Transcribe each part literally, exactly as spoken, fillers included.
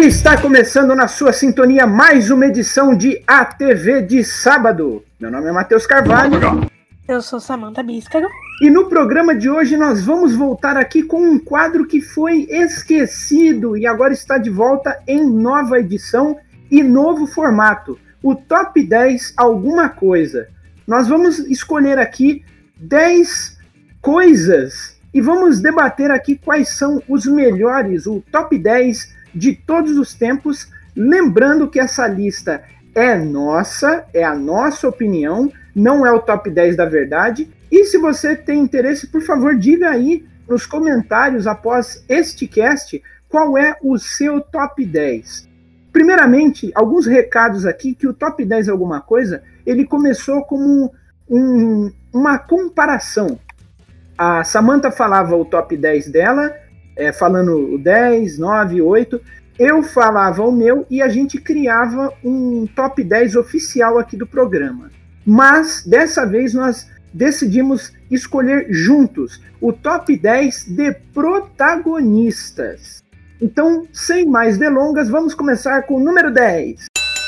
Está começando na sua sintonia mais uma edição de A T V de Sábado. Meu nome é Matheus Carvalho. Eu sou Samantha Bíscaro. E no programa de hoje nós vamos voltar aqui com um quadro que foi esquecido e agora está de volta em nova edição e novo formato. O Top dez Alguma Coisa. Nós vamos escolher aqui dez coisas e vamos debater aqui quais são os melhores, o Top dez de todos os tempos. Lembrando que essa lista é nossa, é a nossa opinião, não é o Top dez da verdade. E se você tem interesse, por favor, diga aí nos comentários após este cast qual é o seu Top dez. Primeiramente, alguns recados aqui, que o Top dez Alguma Coisa, ele começou como um, uma comparação. A Samantha falava o Top dez dela, é, falando o dez, nove, oito, eu falava o meu e a gente criava um Top dez oficial aqui do programa. Mas, dessa vez, nós decidimos escolher juntos o Top dez de protagonistas. Então, sem mais delongas, vamos começar com o número dez.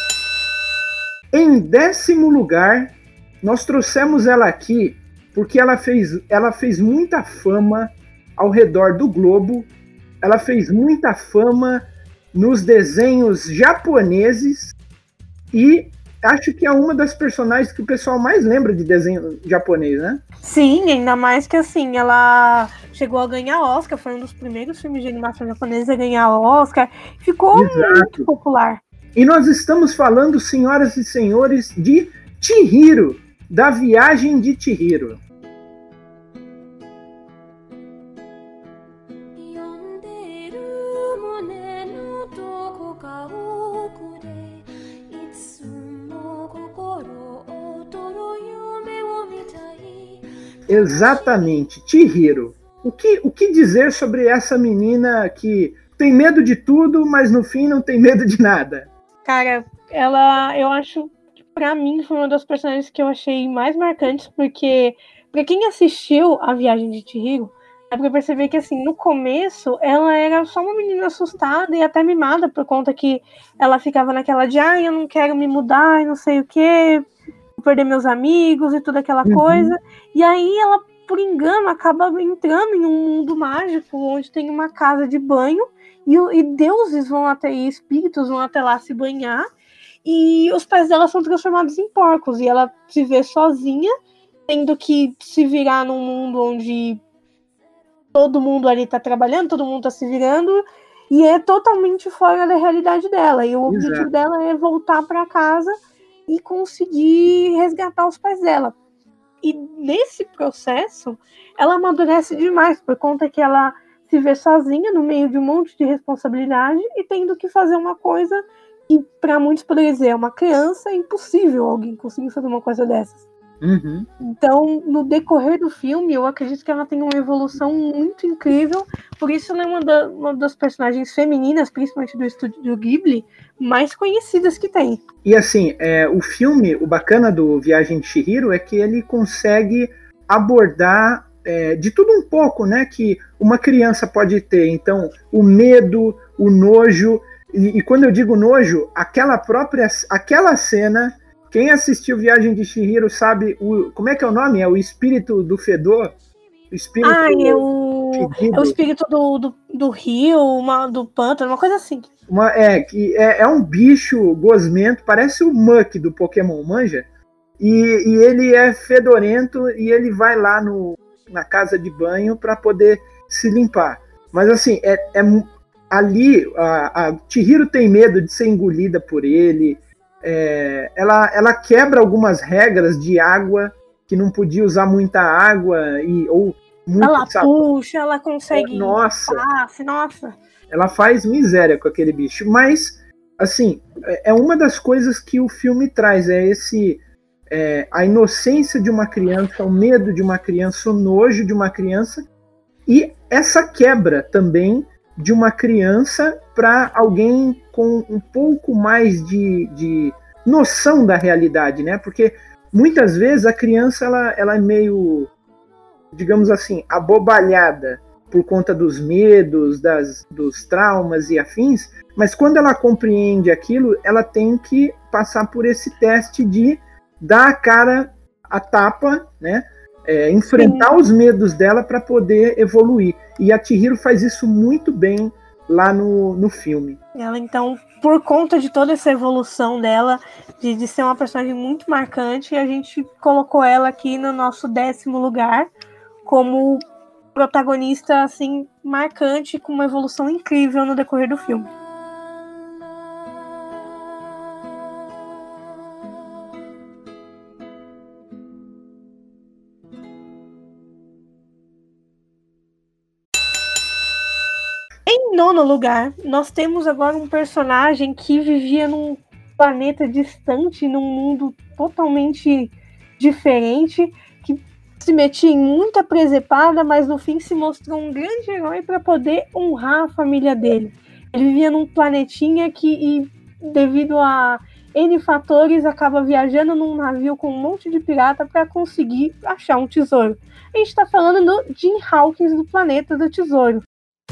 Em décimo lugar, nós trouxemos ela aqui porque ela fez, ela fez muita fama ao redor do globo, ela fez muita fama nos desenhos japoneses e acho que é uma das personagens que o pessoal mais lembra de desenho japonês, né? Sim, ainda mais que assim, ela chegou a ganhar Oscar, foi um dos primeiros filmes de animação japonesa a ganhar Oscar, ficou Exato. muito popular. E nós estamos falando, senhoras e senhores, de Chihiro, da Viagem de Chihiro. Exatamente, Chihiro. O que, o que dizer sobre essa menina que tem medo de tudo, mas no fim não tem medo de nada? Cara, ela, eu acho que pra mim foi uma das personagens que eu achei mais marcantes, porque pra quem assistiu A Viagem de Chihiro, é pra perceber que assim, no começo ela era só uma menina assustada e até mimada, por conta que ela ficava naquela de, ah, eu não quero me mudar e não sei o quê, perder meus amigos e toda aquela uhum. coisa, e aí ela, por engano, acaba entrando em um mundo mágico, onde tem uma casa de banho, e, e deuses vão até, e espíritos vão até lá se banhar, e os pés dela são transformados em porcos, e ela se vê sozinha, tendo que se virar num mundo onde todo mundo ali tá trabalhando, todo mundo tá se virando, e é totalmente fora da realidade dela, e o Exato. objetivo dela é voltar para casa e conseguir resgatar os pais dela. E nesse processo, ela amadurece demais, por conta que ela se vê sozinha no meio de um monte de responsabilidade e tendo que fazer uma coisa que, para muitos, poderia dizer, é uma criança, é impossível alguém conseguir fazer uma coisa dessas. Uhum. Então, no decorrer do filme, eu acredito que ela tem uma evolução muito incrível, por isso ela é uma, da, uma das personagens femininas, principalmente do estúdio Ghibli, mais conhecidas que tem. E assim, é, o filme, o bacana do Viagem de Chihiro é que ele consegue abordar é, de tudo um pouco, né, que uma criança pode ter. Então, o medo, o nojo, e, e quando eu digo nojo, aquela própria, aquela cena. Quem assistiu Viagem de Chihiro sabe o, como é que é o nome? É o espírito do fedor? O espírito ah, é o, é o espírito do, do, do rio, uma, do pântano, uma coisa assim. Uma, é, que é, é um bicho gosmento, parece o Muck do Pokémon, manja? E, e ele é fedorento e ele vai lá no, na casa de banho para poder se limpar. Mas assim, é, é, ali a, a Chihiro tem medo de ser engolida por ele. É, ela, ela quebra algumas regras de água, que não podia usar muita água e, ou muito ela sabão. Puxa, ela consegue é, nossa, passe, nossa ela faz miséria com aquele bicho, mas assim, é uma das coisas que o filme traz, é esse é, a inocência de uma criança, o medo de uma criança, o nojo de uma criança e essa quebra também de uma criança para alguém com um pouco mais de, de noção da realidade, né? Porque muitas vezes a criança ela, ela é meio, digamos assim, abobalhada. por conta dos medos, das, dos traumas e afins, mas quando ela compreende aquilo, ela tem que passar por esse teste de dar a cara a tapa, né? É, enfrentar Sim. os medos dela para poder evoluir. E a Chihiro faz isso muito bem lá no, no filme. Ela, então, por conta de toda essa evolução dela, de, de ser uma personagem muito marcante, a gente colocou ela aqui no nosso décimo lugar, como protagonista, assim, marcante, com uma evolução incrível no decorrer do filme. Em nono lugar, nós temos agora um personagem que vivia num planeta distante, num mundo totalmente diferente, que se metia em muita presepada, mas no fim se mostrou um grande herói para poder honrar a família dele. Ele vivia num planetinha que, e, devido a N fatores, acaba viajando num navio com um monte de pirata para conseguir achar um tesouro. A gente está falando do Jim Hawkins, do Planeta do Tesouro.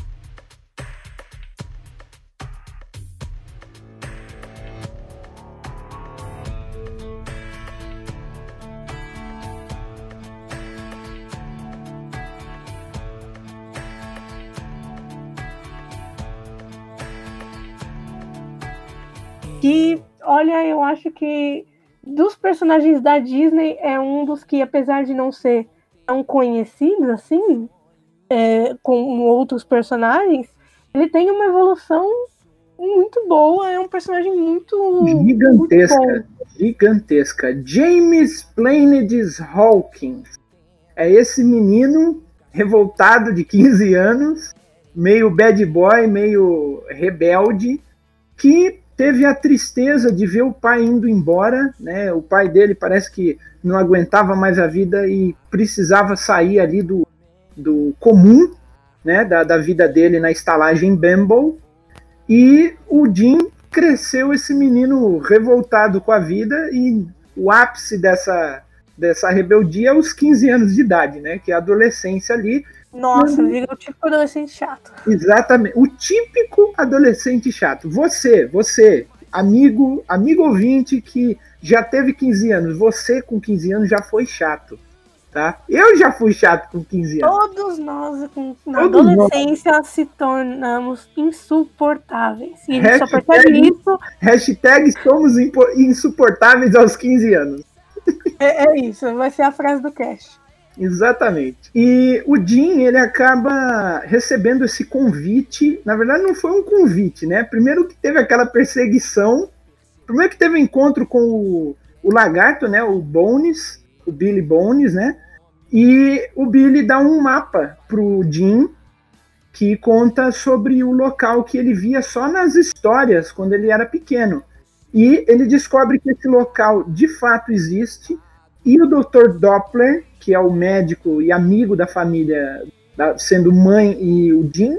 Que, olha, eu acho que dos personagens da Disney é um dos que, apesar de não ser tão conhecidos assim, é, como outros personagens, ele tem uma evolução muito boa, é um personagem muito gigantesca, muito gigantesca. James Planedes Hawkins é esse menino revoltado de quinze anos, meio bad boy, meio rebelde, que teve a tristeza de ver o pai indo embora, né? O pai dele parece que não aguentava mais a vida e precisava sair ali do, do comum, né? da, da vida dele na estalagem Bamble. E o Jim cresceu esse menino revoltado com a vida, e o ápice dessa, dessa rebeldia é os quinze anos de idade, né? Que é a adolescência ali. Nossa, quando... vira o típico adolescente chato. Exatamente, o típico adolescente chato. Você, você, amigo, amigo ouvinte que já teve quinze anos, você com quinze anos já foi chato, tá? Eu já fui chato com quinze anos. Todos nós, na Todos adolescência, nós. se tornamos insuportáveis. E a gente só percebe isso. Hashtag somos insuportáveis aos quinze anos. É, é isso, vai ser a frase do cast. Exatamente. E o Jim, ele acaba recebendo esse convite. Na verdade, não foi um convite, né? Primeiro que teve aquela perseguição. Primeiro que teve um encontro com o, o lagarto, né? O Bones, o Billy Bones, né? E o Billy dá um mapa pro Jim que conta sobre o local que ele via só nas histórias quando ele era pequeno. E ele descobre que esse local de fato existe. E o doutor Doppler, que é o médico e amigo da família, sendo mãe e o Jim,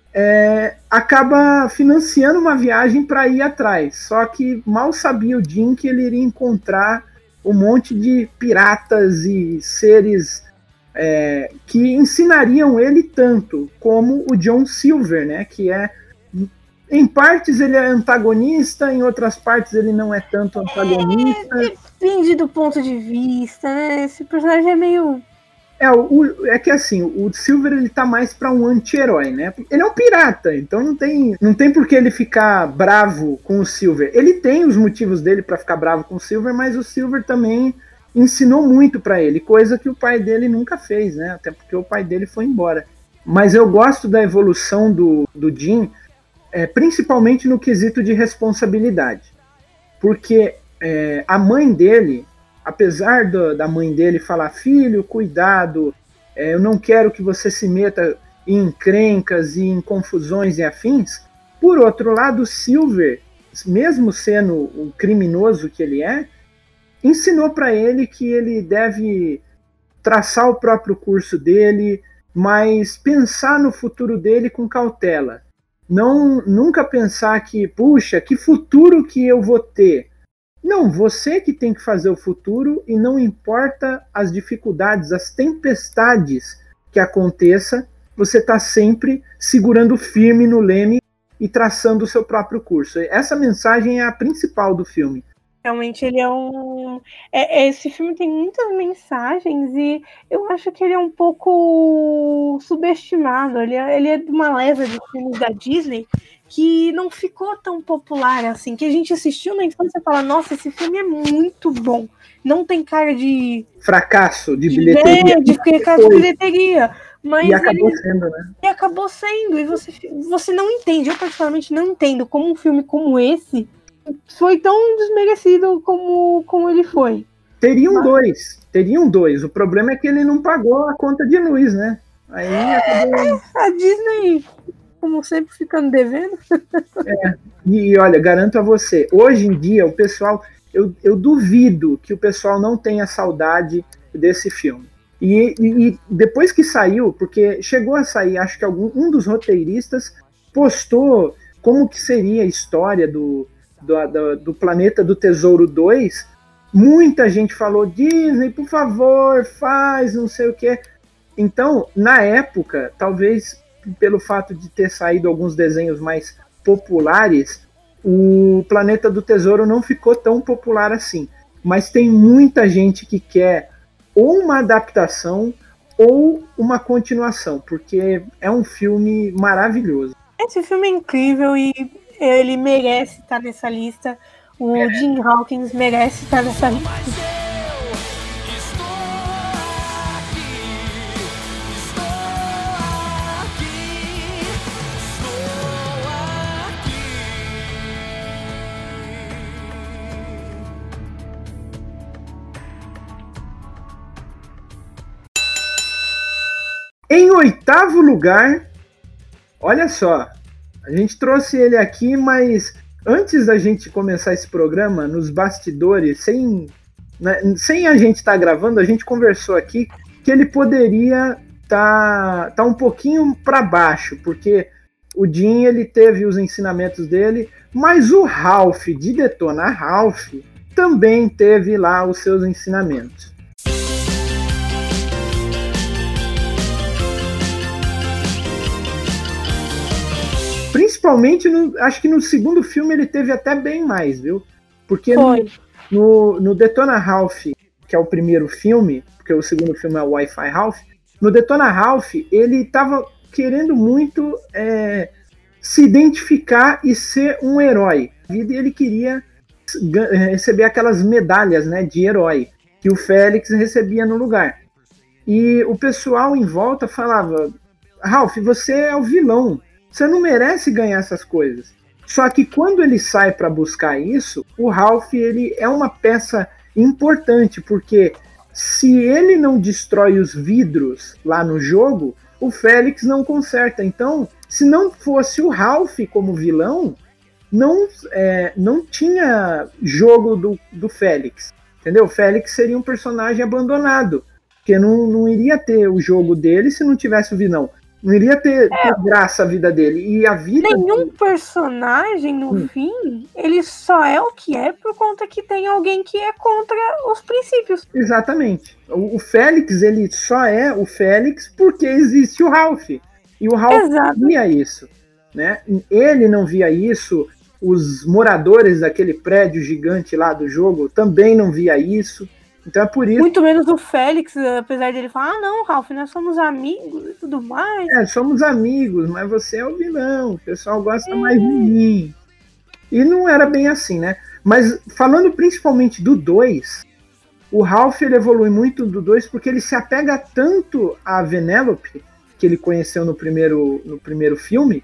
é, acaba financiando uma viagem para ir atrás. Só que mal sabia o Jim que ele iria encontrar um monte de piratas e seres é, que ensinariam ele tanto, como o John Silver, né, que é... Em partes ele é antagonista, em outras partes ele não é tanto antagonista. É, depende do ponto de vista, né? Esse personagem é meio... É, o, é que assim, o Silver ele tá mais pra um anti-herói, né? Ele é um pirata, então não tem, não tem por que ele ficar bravo com o Silver. Ele tem os motivos dele pra ficar bravo com o Silver, mas o Silver também ensinou muito pra ele, coisa que o pai dele nunca fez, né? Até porque o pai dele foi embora. Mas eu gosto da evolução do, do Jim, É, principalmente no quesito de responsabilidade, porque é, a mãe dele, apesar do, da mãe dele falar, filho, cuidado, é, eu não quero que você se meta em encrencas e em confusões e afins, por outro lado, Silver, mesmo sendo o criminoso que ele é, ensinou para ele que ele deve traçar o próprio curso dele, mas pensar no futuro dele com cautela. Não, nunca pensar que, puxa, que futuro que eu vou ter. Não, você que tem que fazer o futuro, e não importa as dificuldades, as tempestades que aconteça, você está sempre segurando firme no leme e traçando o seu próprio curso. Essa mensagem é a principal do filme. Realmente ele é um... É, esse filme tem muitas mensagens e eu acho que ele é um pouco subestimado. Ele é, ele é de uma leva de filmes da Disney que não ficou tão popular assim, que a gente assistiu na infância e fala, nossa, esse filme é muito bom. Não tem cara de... fracasso, de bilheteria. É, de fracasso de bilheteria. Mas e acabou ele... sendo, né? E acabou sendo. E você, você não entende, eu particularmente não entendo como um filme como esse foi tão desmerecido como, como ele foi. Teriam Mas... dois, teriam dois. O problema é que ele não pagou a conta de luz, né? Aí acabou... A Disney, como sempre, ficando devendo. É, e olha, garanto a você, hoje em dia o pessoal, eu, eu duvido que o pessoal não tenha saudade desse filme. E, e, e depois que saiu, porque chegou a sair, acho que algum, um dos roteiristas postou como que seria a história do Do, do, do Planeta do Tesouro dois, muita gente falou, Disney, por favor, faz, não sei o que. Então, na época, talvez pelo fato de ter saído alguns desenhos mais populares, o Planeta do Tesouro não ficou tão popular assim. Mas tem muita gente que quer ou uma adaptação ou uma continuação, porque é um filme maravilhoso. Esse filme é incrível e ele merece estar nessa lista. O é. Jim Hawkins merece estar nessa lista. Em oitavo lugar, olha só, a gente trouxe ele aqui, mas antes da gente começar esse programa, nos bastidores, sem, né, sem a gente estar tá gravando, a gente conversou aqui que ele poderia estar tá, tá um pouquinho para baixo, porque o Jim, ele teve os ensinamentos dele, mas o Ralph, de Detona Ralph, também teve lá os seus ensinamentos. Principalmente, no, acho que no segundo filme ele teve até bem mais, viu? Porque no, no, no Detona Ralph, que é o primeiro filme, porque o segundo filme é o Wi-Fi Ralph, no Detona Ralph ele estava querendo muito é, se identificar e ser um herói. E ele queria receber aquelas medalhas, né, de herói que o Félix recebia no lugar. E o pessoal em volta falava, Ralph, você é o vilão. Você não merece ganhar essas coisas. Só que quando ele sai para buscar isso, o Ralph, ele é uma peça importante, porque se ele não destrói os vidros lá no jogo, o Félix não conserta. Então, se não fosse o Ralph como vilão, não, é, não tinha jogo do, do Félix. Entendeu? O Félix seria um personagem abandonado, porque não, não iria ter o jogo dele se não tivesse o vilão. Não iria ter, é, ter graça a vida dele. E a vida nenhum dele... personagem, no hum. fim, ele só é o que é por conta que tem alguém que é contra os princípios. Exatamente. O, o Félix, ele só é o Félix porque existe o Ralph. E o Ralph Exato. não via isso. Né? Ele não via isso. Os moradores daquele prédio gigante lá do jogo também não via isso. Então é por isso... Muito menos o Félix, apesar de ele falar, ah, não, Ralph, nós somos amigos e tudo mais. É, somos amigos, mas você é o vilão, o pessoal gosta é. mais de mim. E não era bem assim, né? Mas falando principalmente do dois, o Ralph, ele evolui muito do dois porque ele se apega tanto à Vanellope, que ele conheceu no primeiro, no primeiro filme,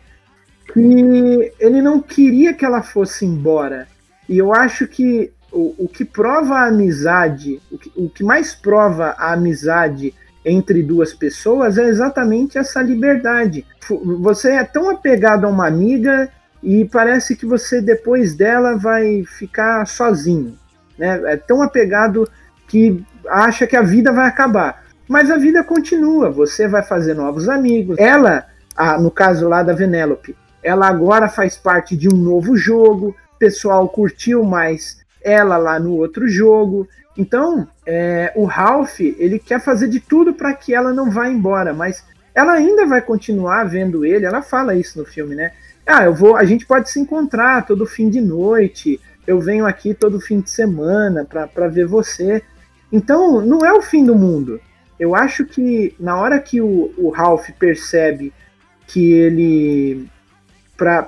que ele não queria que ela fosse embora. E eu acho que O, o que prova a amizade, o que, o que mais prova a amizade entre duas pessoas é exatamente essa liberdade. Você é tão apegado a uma amiga e parece que você depois dela vai ficar sozinho, né? É tão apegado que acha que a vida vai acabar. Mas a vida continua, você vai fazer novos amigos. Ela, ah, no caso lá da Vanellope, ela agora faz parte de um novo jogo, o pessoal curtiu mais ela lá no outro jogo. Então, é, o Ralph, ele quer fazer de tudo para que ela não vá embora, mas ela ainda vai continuar vendo ele, ela fala isso no filme, né? Ah, eu vou, a gente pode se encontrar todo fim de noite, eu venho aqui todo fim de semana para ver você. Então, não é o fim do mundo. Eu acho que na hora que o, o Ralph percebe que ele, para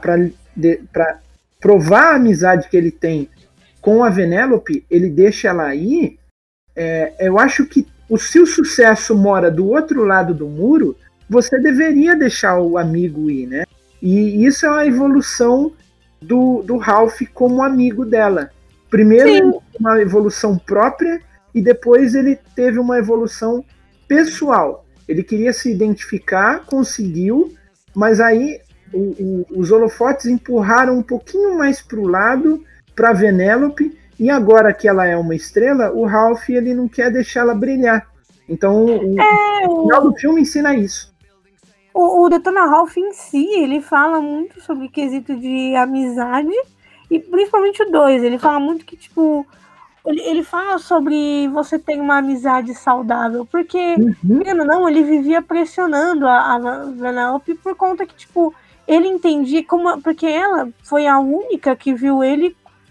provar a amizade que ele tem com a Vanellope, ele deixa ela ir, é, eu acho que o, se o sucesso mora do outro lado do muro, você deveria deixar o amigo ir, né? E isso é uma evolução do, do Ralph como amigo dela. Primeiro, uma evolução própria, e depois ele teve uma evolução pessoal. Ele queria se identificar, conseguiu, mas aí o, o, os holofotes empurraram um pouquinho mais para o lado, para a Vanellope, e agora que ela é uma estrela, o Ralph ele não quer deixá-la brilhar. Então o, é, o final do filme ensina isso. O, o Detona Ralph em si, ele fala muito sobre o quesito de amizade, e principalmente o dois, ele fala muito que, tipo, ele, ele fala sobre você ter uma amizade saudável, porque, Uhum. não, não, ele vivia pressionando a, a Vanellope por conta que, tipo, ele entendia como, porque ela foi a única que viu ele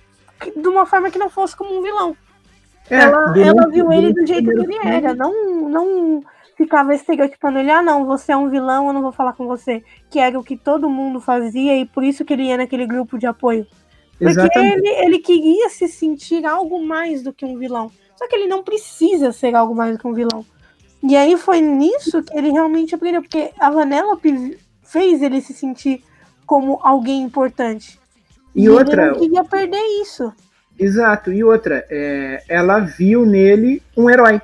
de uma forma que não fosse como um vilão. É, ela, durante, ela viu ele do jeito que ele filme, era, não... não ficava estereotipando ele, ah não, você é um vilão, eu não vou falar com você, que era o que todo mundo fazia, e por isso que ele ia naquele grupo de apoio. Porque ele, ele queria se sentir algo mais do que um vilão, só que ele não precisa ser algo mais do que um vilão. E aí foi nisso que ele realmente aprendeu, porque a Vanellope fez ele se sentir como alguém importante. E, e outra, ele não queria perder isso. Exato, e outra, é, ela viu nele um herói.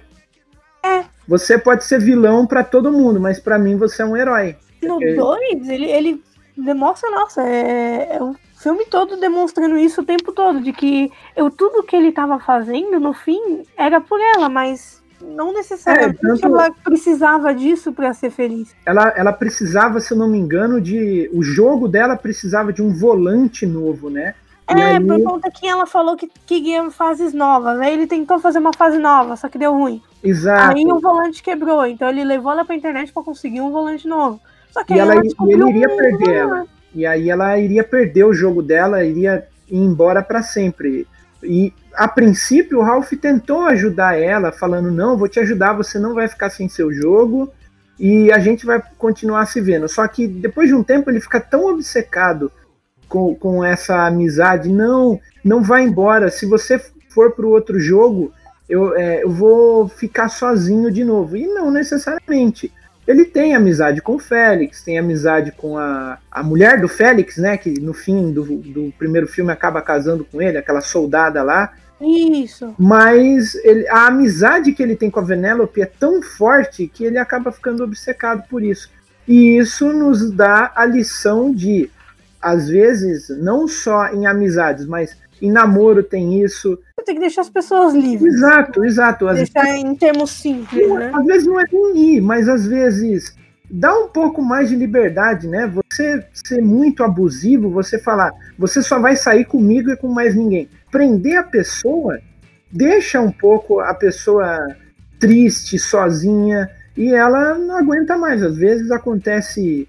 É. Você pode ser vilão pra todo mundo, mas pra mim você é um herói. No dois, ele, ele demonstra, nossa, é, é o filme todo demonstrando isso o tempo todo, de que eu, tudo que ele tava fazendo, no fim, era por ela, mas não necessariamente é, tanto, ela precisava disso pra ser feliz. Ela, ela precisava, se eu não me engano, de... O jogo dela precisava de um volante novo, né? É, aí... por conta que ela falou que queria fases novas. Aí ele tentou fazer uma fase nova, só que deu ruim. Exato. Aí o volante quebrou, então ele levou ela pra internet pra conseguir um volante novo. Só que e aí ela, ela e ele iria um... perder ela. E aí ela iria perder o jogo dela, iria ir embora pra sempre. E a princípio o Ralph tentou ajudar ela, falando, não, vou te ajudar, você não vai ficar sem seu jogo e a gente vai continuar se vendo. Só que depois de um tempo ele fica tão obcecado Com, com essa amizade, não, não vai embora, se você for para o outro jogo, eu, é, eu vou ficar sozinho de novo, e não necessariamente, ele tem amizade com o Félix, tem amizade com a, a mulher do Félix, né, que no fim do, do primeiro filme acaba casando com ele, aquela soldada lá. Isso. Mas ele, a amizade que ele tem com a Vanellope é tão forte que ele acaba ficando obcecado por isso, e isso nos dá a lição de às vezes, não só em amizades, mas em namoro tem isso. Você tem que deixar as pessoas livres. Exato, exato. Às deixar vezes, em termos simples, não, né? Às vezes não é ruim, mas às vezes dá um pouco mais de liberdade, né? Você ser muito abusivo, você falar, você só vai sair comigo e com mais ninguém. Prender a pessoa, deixa um pouco a pessoa triste, sozinha, e ela não aguenta mais. Às vezes acontece...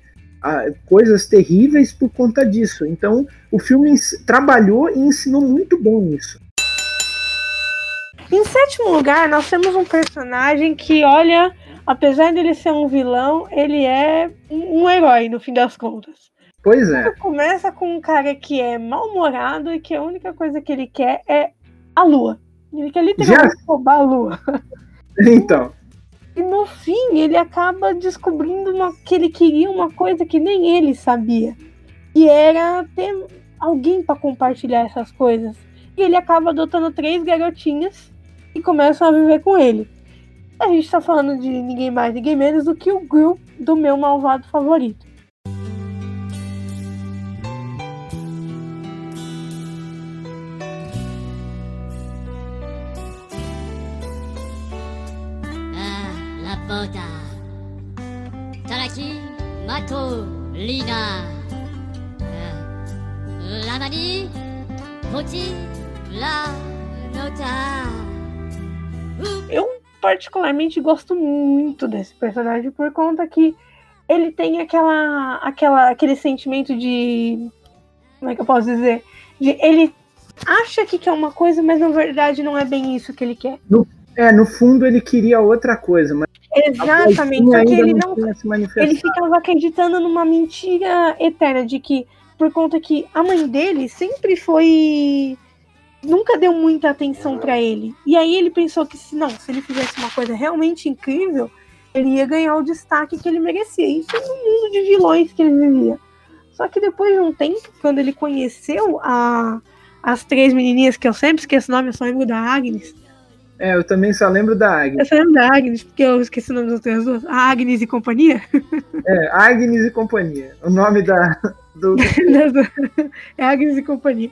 coisas terríveis por conta disso. Então, o filme trabalhou e ensinou muito bem isso. Em sétimo lugar, nós temos um personagem que, olha, apesar dele ser um vilão, ele é um herói, no fim das contas. Pois é. Tudo começa com um cara que é mal-humorado e que a única coisa que ele quer é a lua. Ele quer literalmente Já... roubar a lua. Então... E no fim, ele acaba descobrindo uma, que ele queria uma coisa que nem ele sabia. E era ter alguém para compartilhar essas coisas. E ele acaba adotando três garotinhas e começam a viver com ele. A gente tá falando de ninguém mais, ninguém menos do que o Gru do meu malvado favorito. Taraki, Mato, Lina, Lamani, Poti, La, Nota. Eu particularmente gosto muito desse personagem por conta que ele tem aquela, aquela, aquele sentimento de... Como é que eu posso dizer? De, ele acha que quer uma coisa, mas na verdade não é bem isso que ele quer. No, é, no fundo ele queria outra coisa, mas exatamente, só que ele não, ele ficava acreditando numa mentira eterna de que, por conta que a mãe dele sempre foi, nunca deu muita atenção pra ele, e aí ele pensou que se não, se ele fizesse uma coisa realmente incrível, ele ia ganhar o destaque que ele merecia. Isso no mundo de vilões que ele vivia. Só que depois de um tempo, quando ele conheceu a, as três menininhas, que eu sempre esqueço o nome, eu só lembro da Agnes. É, eu também só lembro da Agnes. Eu só lembro da Agnes, porque eu esqueci o nome das outras duas. A Agnes e companhia? É, Agnes e companhia. O nome da... Do... é Agnes e companhia.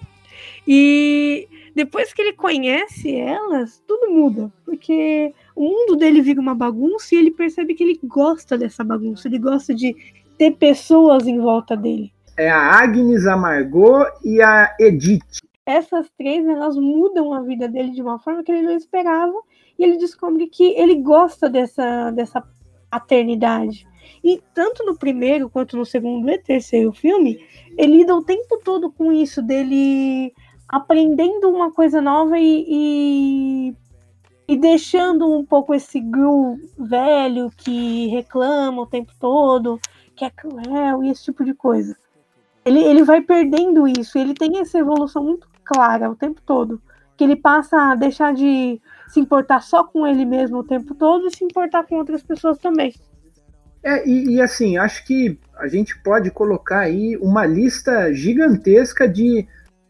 E depois que ele conhece elas, tudo muda. Porque o mundo dele vira uma bagunça e ele percebe que ele gosta dessa bagunça. Ele gosta de ter pessoas em volta dele. É a Agnes, a Margot e a Edith. Essas três, elas mudam a vida dele de uma forma que ele não esperava, e ele descobre que ele gosta dessa, dessa paternidade. E tanto no primeiro, quanto no segundo e terceiro filme, ele lida o tempo todo com isso, dele aprendendo uma coisa nova e, e, e deixando um pouco esse Gru velho que reclama o tempo todo, que é cruel e esse tipo de coisa. Ele, ele vai perdendo isso, ele tem essa evolução muito clara o tempo todo, que ele passa a deixar de se importar só com ele mesmo o tempo todo e se importar com outras pessoas também. É, e, e assim, acho que a gente pode colocar aí uma lista gigantesca de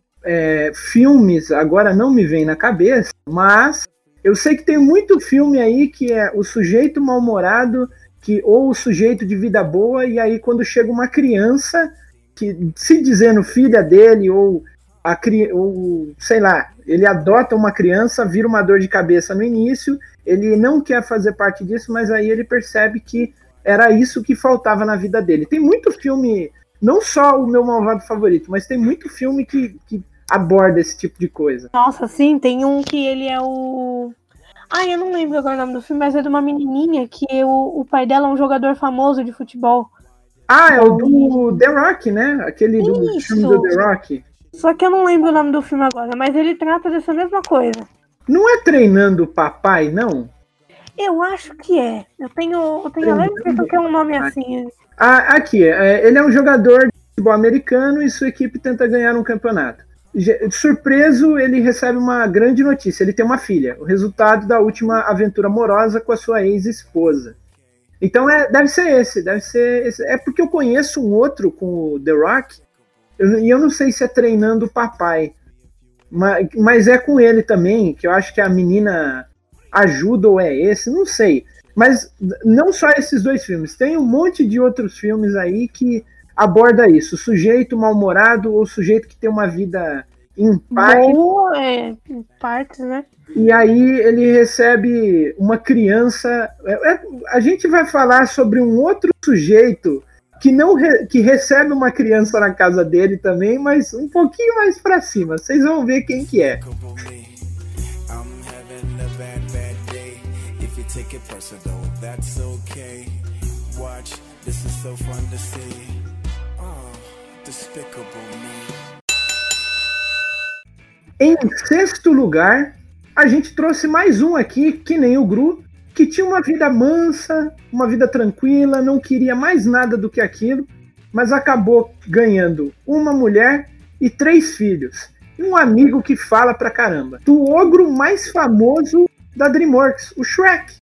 é, filmes, agora não me vem na cabeça, mas eu sei que tem muito filme aí que é o sujeito mal-humorado, que, ou o sujeito de vida boa, e aí quando chega uma criança, que se dizendo filha dele, ou, a, ou sei lá, ele adota uma criança, vira uma dor de cabeça no início, ele não quer fazer parte disso, mas aí ele percebe que era isso que faltava na vida dele. Tem muito filme, não só o meu malvado favorito, mas tem muito filme que, que aborda esse tipo de coisa. Nossa, sim, tem um que ele é o... Ah, eu não lembro agora o nome do filme, mas é de uma menininha que o, o pai dela é um jogador famoso de futebol. Ah, é o do The Rock, né? Aquele do Isso. filme do The Rock. Só que eu não lembro o nome do filme agora, mas ele trata dessa mesma coisa. Não é Treinando o Papai, não? Eu acho que é. Eu tenho, eu tenho a leve impressão que é um nome assim. Ah, aqui, é, ele é um jogador de futebol americano e sua equipe tenta ganhar um campeonato. Surpreso, ele recebe uma grande notícia. Ele tem uma filha, o resultado da última aventura amorosa com a sua ex-esposa. Então é, deve ser esse, deve ser esse. É porque eu conheço um outro com o The Rock, e eu, eu não sei se é Treinando o Papai, mas, mas é com ele também, que eu acho que a menina ajuda ou é esse, não sei. Mas não só esses dois filmes, tem um monte de outros filmes aí que aborda isso, o sujeito mal-humorado ou o sujeito que tem uma vida em parte. Boa, é, em partes, né? E aí ele recebe uma criança. É, é, a gente vai falar sobre um outro sujeito que não re, que recebe uma criança na casa dele também, mas um pouquinho mais pra cima. Vocês vão ver quem que é. Em sexto lugar, a gente trouxe mais um aqui, que nem o Gru, que tinha uma vida mansa, uma vida tranquila, não queria mais nada do que aquilo, mas acabou ganhando uma mulher e três filhos. E um amigo que fala pra caramba. Do ogro mais famoso da DreamWorks, o Shrek.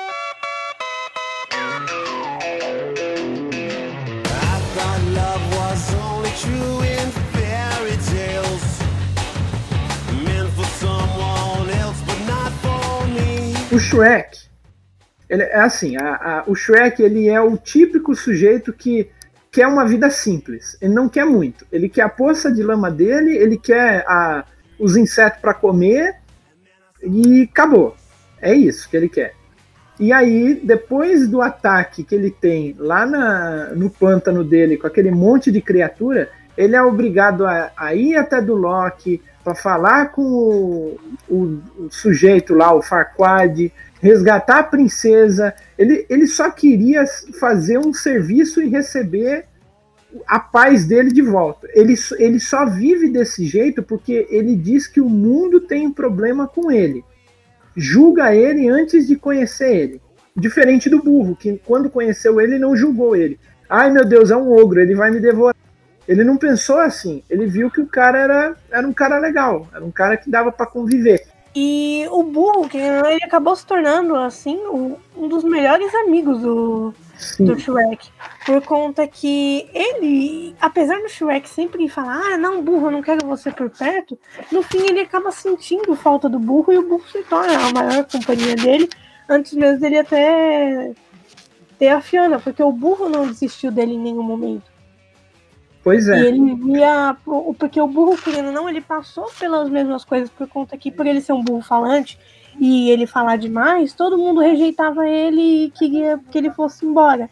O Shrek, ele é assim, a, a, o Shrek ele é o típico sujeito que quer uma vida simples, ele não quer muito, ele quer a poça de lama dele, ele quer a, os insetos para comer e acabou, é isso que ele quer. E aí, depois do ataque que ele tem lá na, no pântano dele, com aquele monte de criatura, ele é obrigado a, a ir até do Loki para falar com o, o, o sujeito lá, o Farquaad, resgatar a princesa. Ele, ele só queria fazer um serviço e receber a paz dele de volta. Ele, ele só vive desse jeito porque ele diz que o mundo tem um problema com ele. Julga ele antes de conhecer ele. Diferente do burro, que quando conheceu ele, não julgou ele. Ai, meu Deus, é um ogro, ele vai me devorar. Ele não pensou assim. Ele viu que o cara era, era um cara legal. Era um cara que dava para conviver. E o burro, que ele acabou se tornando, assim, um dos melhores amigos do, do Shrek. Por conta que ele, apesar do Shrek sempre falar, ah, não, burro, eu não quero você por perto, no fim ele acaba sentindo falta do burro e o burro se torna a maior companhia dele, antes mesmo dele até ter a Fiona, porque o burro não desistiu dele em nenhum momento. Pois é. E ele via, porque o burro, querendo ou não, ele passou pelas mesmas coisas, por conta que por ele ser um burro falante e ele falar demais, todo mundo rejeitava ele e queria que ele fosse embora.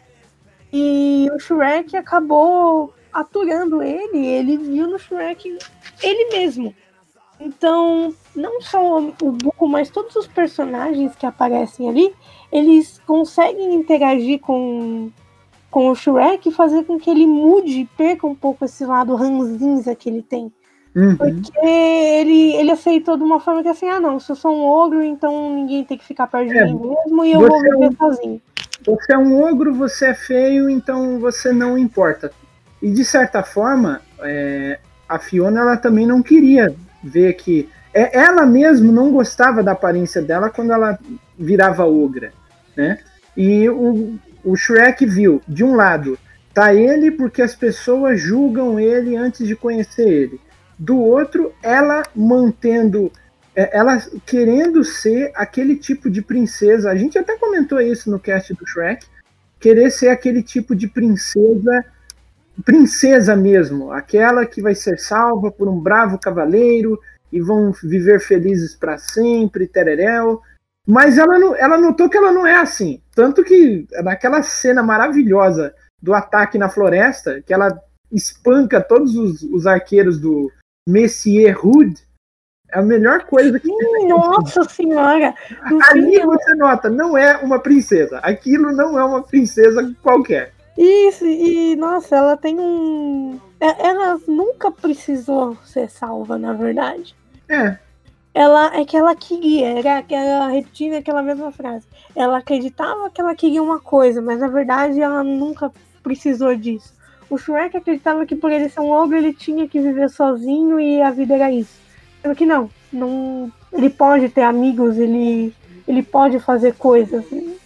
E o Shrek acabou aturando ele, ele viu no Shrek ele mesmo. Então, não só o burro, mas todos os personagens que aparecem ali, eles conseguem interagir com... com o Shrek e fazer com que ele mude e perca um pouco esse lado ranzinza que ele tem. Uhum. Porque ele, ele aceitou de uma forma que assim, ah não, se eu sou um ogro, então ninguém tem que ficar perto de É, mim mesmo e eu vou viver é um, sozinho. Você é um ogro, você é feio, então você não importa. E de certa forma, é, a Fiona ela também não queria ver que... É, ela mesmo não gostava da aparência dela quando ela virava ogra, né? E o O Shrek viu, de um lado, tá ele porque as pessoas julgam ele antes de conhecer ele. Do outro, ela mantendo, ela querendo ser aquele tipo de princesa. A gente até comentou isso no cast do Shrek. Querer ser aquele tipo de princesa, princesa mesmo. Aquela que vai ser salva por um bravo cavaleiro e vão viver felizes para sempre, tereréu. Mas ela, não, ela notou que ela não é assim. Tanto que naquela cena maravilhosa do ataque na floresta, que ela espanca todos os, os arqueiros do Messier Rude, é a melhor coisa que tem. Nossa senhora! Ali você nota, não é uma princesa. Aquilo não é uma princesa qualquer. Isso, e nossa, ela tem um... Ela nunca precisou ser salva, na verdade. É. Ela, é que ela queria, era, ela repetindo aquela mesma frase. Ela acreditava que ela queria uma coisa, mas na verdade ela nunca precisou disso. O Shrek acreditava que por ele ser um ogro, ele tinha que viver sozinho e a vida era isso. Sendo que não, não ele pode ter amigos, ele, ele pode fazer coisas. E,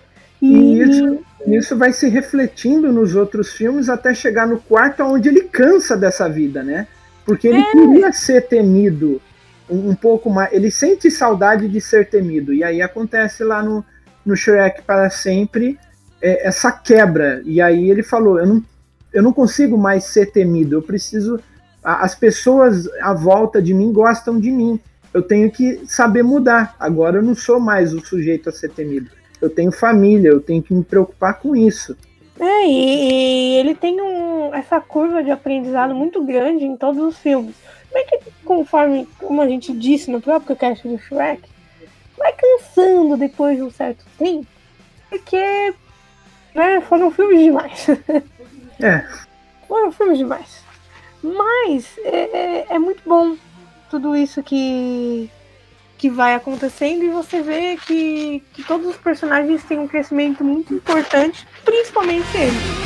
e isso, isso vai se refletindo nos outros filmes até chegar no quarto, onde ele cansa dessa vida, né? Porque ele é. queria ser temido. Um pouco mais, ele sente saudade de ser temido, e aí acontece lá no, no Shrek para sempre é, essa quebra, e aí ele falou, eu não, eu não consigo mais ser temido, eu preciso, a, as pessoas à volta de mim gostam de mim, eu tenho que saber mudar, agora eu não sou mais o sujeito a ser temido, eu tenho família, eu tenho que me preocupar com isso. É, e, e ele tem um, essa curva de aprendizado muito grande em todos os filmes. Como é que, conforme, como a gente disse no próprio cast do Shrek, vai cansando depois de um certo tempo, porque né, foram filmes demais. É. Foram filmes demais. Mas é, é, é muito bom tudo isso que, que vai acontecendo e você vê que, que todos os personagens têm um crescimento muito importante, principalmente ele.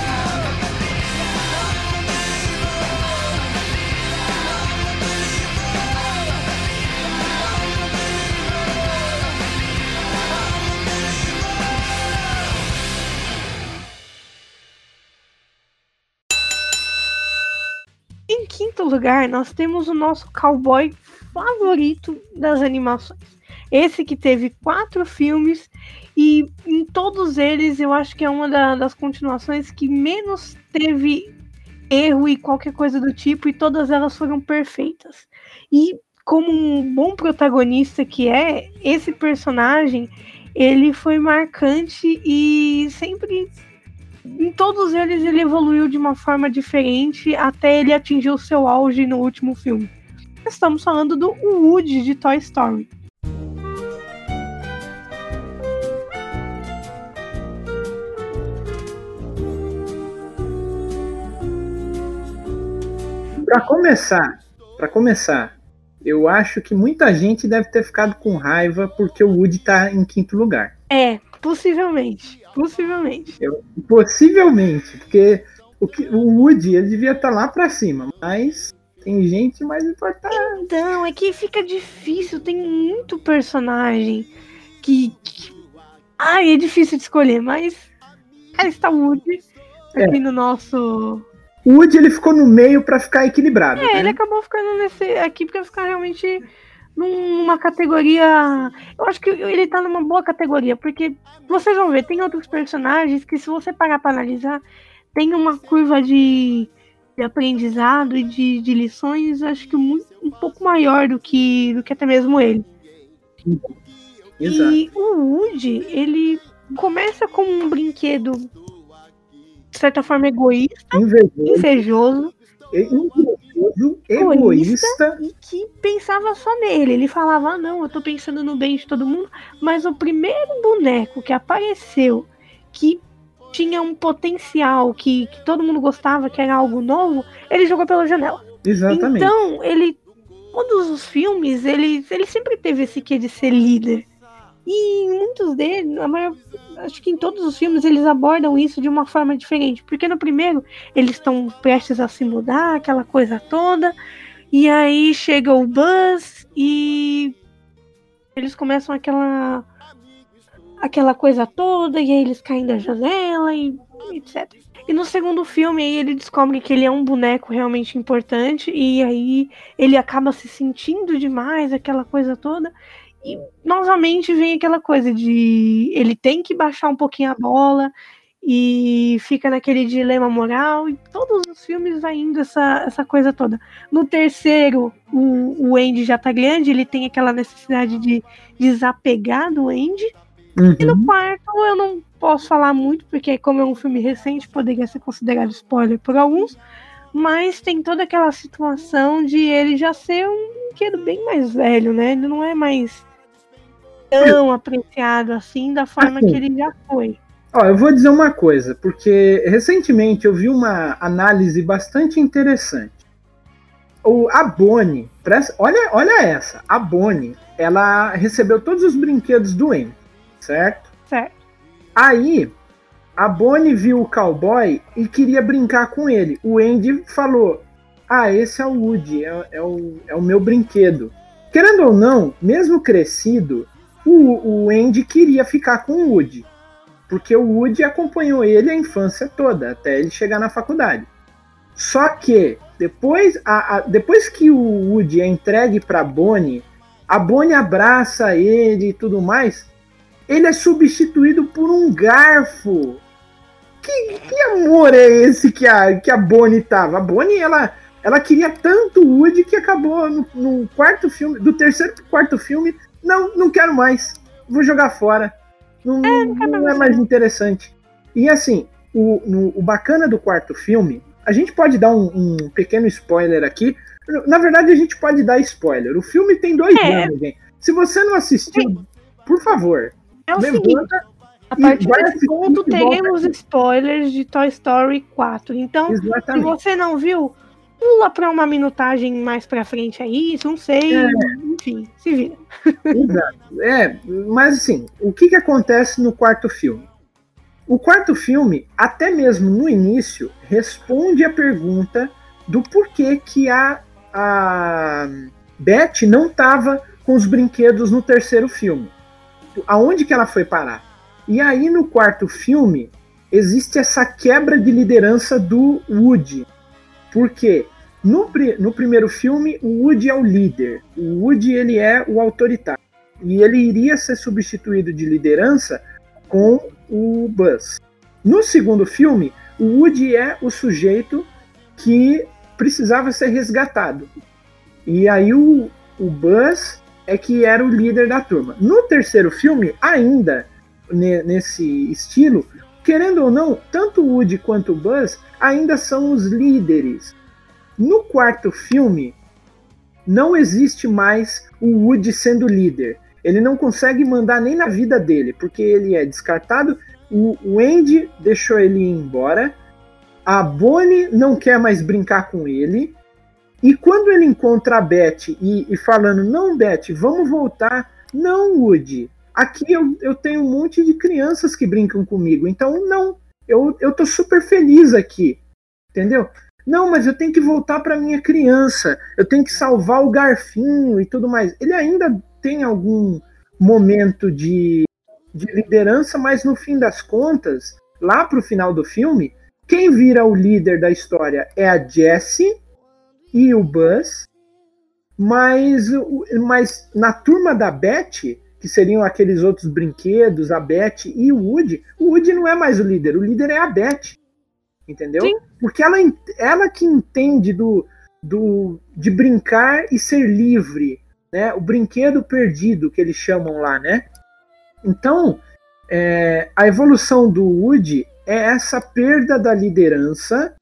Em quinto lugar, nós temos o nosso cowboy favorito das animações. Esse que teve quatro filmes e em todos eles eu acho que é uma da, das continuações que menos teve erro e qualquer coisa do tipo, e todas elas foram perfeitas. E como um bom protagonista que é, esse personagem, ele foi marcante e sempre... Em todos eles ele evoluiu de uma forma diferente até ele atingir o seu auge no último filme. Estamos falando do Woody de Toy Story. Pra começar, para começar, eu acho que muita gente deve ter ficado com raiva porque o Woody tá em quinto lugar. É, possivelmente. Possivelmente. Eu, possivelmente, porque o, que, o Woody ele devia estar lá pra cima, mas tem gente mais importante. Então, é que fica difícil, tem muito personagem que. que... Ai, é difícil de escolher, mas. Cara, está o Woody aqui É. no nosso. O Woody ele ficou no meio pra ficar equilibrado. É, né? ele acabou ficando nesse aqui pra ficar realmente numa categoria. Eu acho que ele tá numa boa categoria, porque vocês vão ver, tem outros personagens que, se você parar pra analisar, tem uma curva de, de aprendizado e de, de lições, acho que muito, um pouco maior do que, do que até mesmo ele. Exato. E o Woody, ele começa como um brinquedo, de certa forma, egoísta, Invejoso, invejoso, invejoso, egoísta. e que pensava só nele. Ele falava, ah, não, eu tô pensando no bem de todo mundo, mas o primeiro boneco que apareceu, que tinha um potencial, que, que todo mundo gostava, que era algo novo, ele jogou pela janela. Exatamente. Então, ele, todos os filmes, ele, ele sempre teve esse quê de ser líder. E em muitos deles, a maior, acho que em todos os filmes, eles abordam isso de uma forma diferente. Porque no primeiro, eles estão prestes a se mudar, aquela coisa toda. E aí chega o Buzz e eles começam aquela, aquela coisa toda. E aí eles caem da janela e etcétera. E no segundo filme, aí ele descobre que ele é um boneco realmente importante. E aí ele acaba se sentindo demais, aquela coisa toda. E novamente vem aquela coisa de ele tem que baixar um pouquinho a bola e fica naquele dilema moral, e todos os filmes vai indo essa, essa coisa toda. No terceiro, o, o Andy já tá grande, ele tem aquela necessidade de desapegar do Andy. Uhum. E no quarto eu não posso falar muito, porque como é um filme recente, poderia ser considerado spoiler por alguns, mas tem toda aquela situação de ele já ser um brinquedo bem mais velho, né? Ele não é mais tão apreciado assim, da forma assim, que ele já foi. Ó, eu vou dizer uma coisa, porque recentemente eu vi uma análise bastante interessante. O, a Bonnie, presta, olha, olha essa, a Bonnie, ela recebeu todos os brinquedos do Andy, certo? Certo. Aí, a Bonnie viu o cowboy e queria brincar com ele. O Andy falou, ah, esse é o Woody, é, é, o, é o meu brinquedo. Querendo ou não, mesmo crescido, o, o Andy queria ficar com o Woody, porque o Woody acompanhou ele a infância toda, até ele chegar na faculdade. Só que, depois, a, a, depois que o Woody é entregue para a Bonnie, a Bonnie abraça ele e tudo mais, ele é substituído por um garfo. Que, que amor é esse que a, que a Bonnie tava? A Bonnie, ela, ela queria tanto o Woody que acabou no, no quarto filme, do terceiro pro quarto filme, não, não quero mais, vou jogar fora. Não é, não não é mais interessante. E assim, o, no, o bacana do quarto filme, a gente pode dar um, um pequeno spoiler aqui. Na verdade, a gente pode dar spoiler. O filme tem dois é. anos, gente. Se você não assistiu, por favor, é o levanta. Seguinte, a partir desse ponto, teremos spoilers de Toy Story quatro. Então, exatamente. Se você não viu, pula para uma minutagem mais pra frente aí, não sei, é. Enfim, se vira. Exato. É, mas assim, o que que acontece no quarto filme? O quarto filme, até mesmo no início, responde a pergunta do porquê que a, a Beth não estava com os brinquedos no terceiro filme. Aonde que ela foi parar? E aí no quarto filme, existe essa quebra de liderança do Woody. Por quê? No, no primeiro filme, o Woody é o líder. O Woody ele é o autoritário. E ele iria ser substituído de liderança com o Buzz. No segundo filme, o Woody é o sujeito que precisava ser resgatado. E aí o, o Buzz é que era o líder da turma. No terceiro filme, ainda ne, nesse estilo, querendo ou não, tanto o Woody quanto o Buzz ainda são os líderes. No quarto filme, não existe mais o Woody sendo líder. Ele não consegue mandar nem na vida dele, porque ele é descartado. O, o Andy deixou ele ir embora. A Bonnie não quer mais brincar com ele. E quando ele encontra a Beth e, e falando, não, Beth, vamos voltar. Não, Woody, aqui eu, eu tenho um monte de crianças que brincam comigo, então não, eu, eu tô super feliz aqui, entendeu? Não, mas eu tenho que voltar para minha criança, eu tenho que salvar o Garfinho e tudo mais. Ele ainda tem algum momento de, de liderança, mas no fim das contas, lá pro final do filme, quem vira o líder da história é a Jessie e o Buzz, mas, mas na turma da Beth, que seriam aqueles outros brinquedos, a Beth e o Woody, o Woody não é mais o líder, o líder é a Beth, entendeu? Sim. Porque ela, ela que entende do, do, de brincar e ser livre, né? O brinquedo perdido, que eles chamam lá, né? Então, é, a evolução do Woody é essa perda da liderança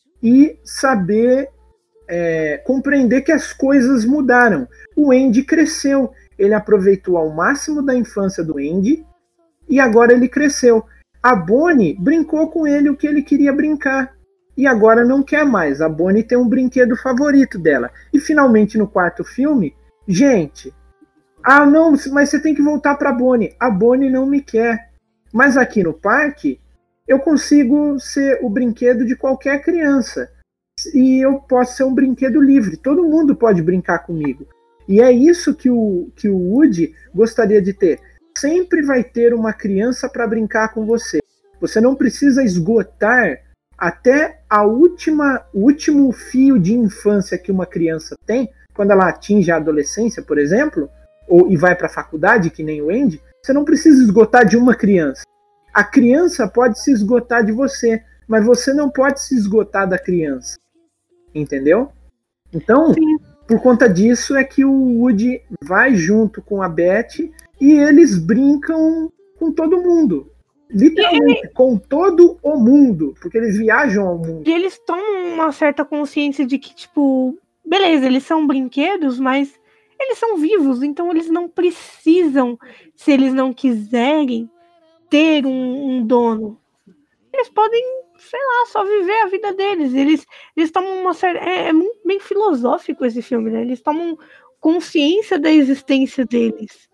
e saber é, compreender que as coisas mudaram. O Andy cresceu, ele aproveitou ao máximo da infância do Andy e agora ele cresceu. A Bonnie brincou com ele o que ele queria brincar e agora não quer mais. A Bonnie tem um brinquedo favorito dela. E finalmente no quarto filme, gente, ah não, mas você tem que voltar para a Bonnie. A Bonnie não me quer. Mas aqui no parque eu consigo ser o brinquedo de qualquer criança. E eu posso ser um brinquedo livre. Todo mundo pode brincar comigo. E é isso que o, que o Woody gostaria de ter. Sempre vai ter uma criança para brincar com você. Você não precisa esgotar até a última, o último fio de infância que uma criança tem, quando ela atinge a adolescência, por exemplo, ou, e vai para a faculdade, que nem o Andy. Você não precisa esgotar de uma criança. A criança pode se esgotar de você, mas você não pode se esgotar da criança. Entendeu? Então, sim, por conta disso é que o Woody vai junto com a Beth e eles brincam com todo mundo. Literalmente, e... com todo o mundo, porque eles viajam ao mundo. E eles tomam uma certa consciência de que, tipo, beleza, eles são brinquedos, mas eles são vivos, então eles não precisam, se eles não quiserem, ter um, um dono. Eles podem, sei lá, só viver a vida deles. Eles, eles tomam uma série... É, é muito bem filosófico esse filme, né? Eles tomam consciência da existência deles.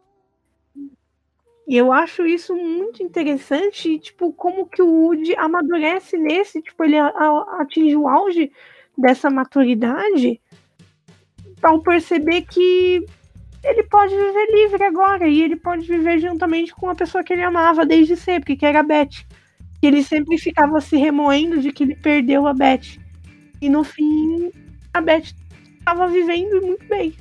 E eu acho isso muito interessante, tipo, como que o Woody amadurece nesse, tipo, ele a, a, atinge o auge dessa maturidade ao perceber que ele pode viver livre agora, e ele pode viver juntamente com a pessoa que ele amava desde sempre, que era a Beth. Que ele sempre ficava se remoendo de que ele perdeu a Beth. E no fim, a Beth estava vivendo muito bem.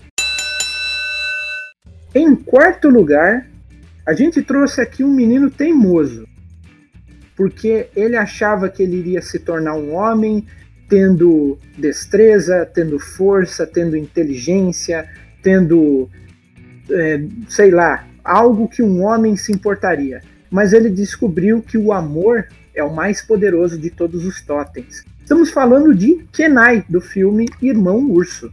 Em quarto lugar, a gente trouxe aqui um menino teimoso. Porque ele achava que ele iria se tornar um homem, tendo destreza, tendo força, tendo inteligência, tendo, é, sei lá, algo que um homem se importaria. Mas ele descobriu que o amor é o mais poderoso de todos os totens. Estamos falando de Kenai, do filme Irmão Urso.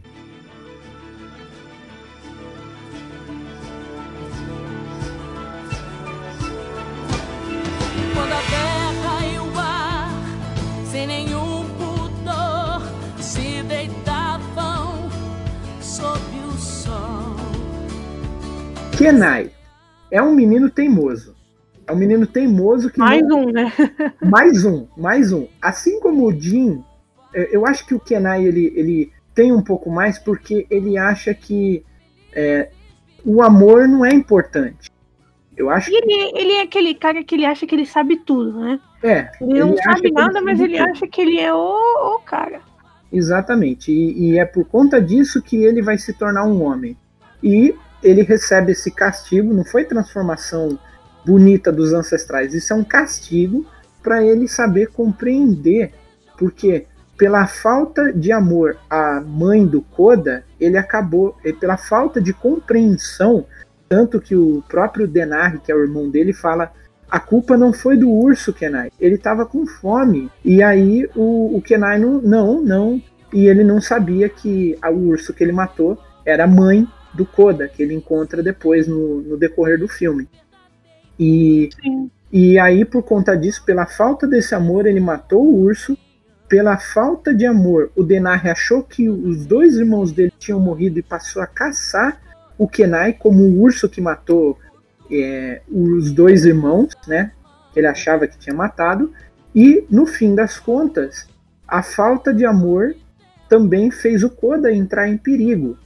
Quando a terra e o ar, sem nenhum pudor, se deitavam sob o sol. Kenai é um menino teimoso. É um menino teimoso que... Mais não... um, né? mais um, mais um. Assim como o Jim, eu acho que o Kenai, ele, ele tem um pouco mais porque ele acha que é, o amor não é importante. Eu acho e ele, que... ele é aquele cara que ele acha que ele sabe tudo, né? É. Ele, ele não sabe nada, mas ele tudo. acha que ele é o, o cara. Exatamente. E, e é por conta disso que ele vai se tornar um homem. E ele recebe esse castigo, não foi transformação bonita dos ancestrais, isso é um castigo para ele saber compreender, porque pela falta de amor à mãe do Koda, ele acabou, pela falta de compreensão, tanto que o próprio Denari, que é o irmão dele, fala: a culpa não foi do urso, Kenai, ele estava com fome, e aí o, o Kenai não, não, não, e ele não sabia que a, o urso que ele matou era a mãe do Koda, que ele encontra depois no, no decorrer do filme. E, e aí, por conta disso, pela falta desse amor, ele matou o urso pela falta de amor, o Denari achou que os dois irmãos dele tinham morrido e passou a caçar o Kenai como o urso que matou é, os dois irmãos, né? Ele achava que tinha matado. E, no fim das contas, a falta de amor também fez o Koda entrar em perigo.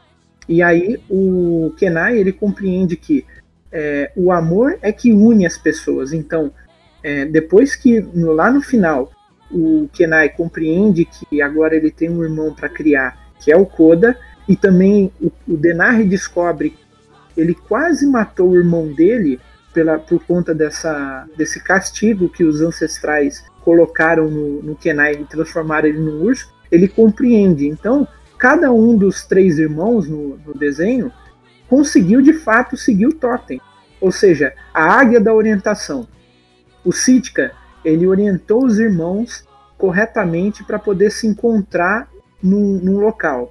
E aí o Kenai, ele compreende que é, o amor é que une as pessoas. Então, é, depois que, no, lá no final, o Kenai compreende que agora ele tem um irmão para criar, que é o Koda, e também o, o Denari descobre que ele quase matou o irmão dele pela, por conta dessa, desse castigo que os ancestrais colocaram no, no Kenai e transformaram ele num urso. Ele compreende. Então, cada um dos três irmãos no, no desenho conseguiu de fato seguir o totem. Ou seja, a águia da orientação. O Sitka, ele orientou os irmãos corretamente para poder se encontrar num, num local.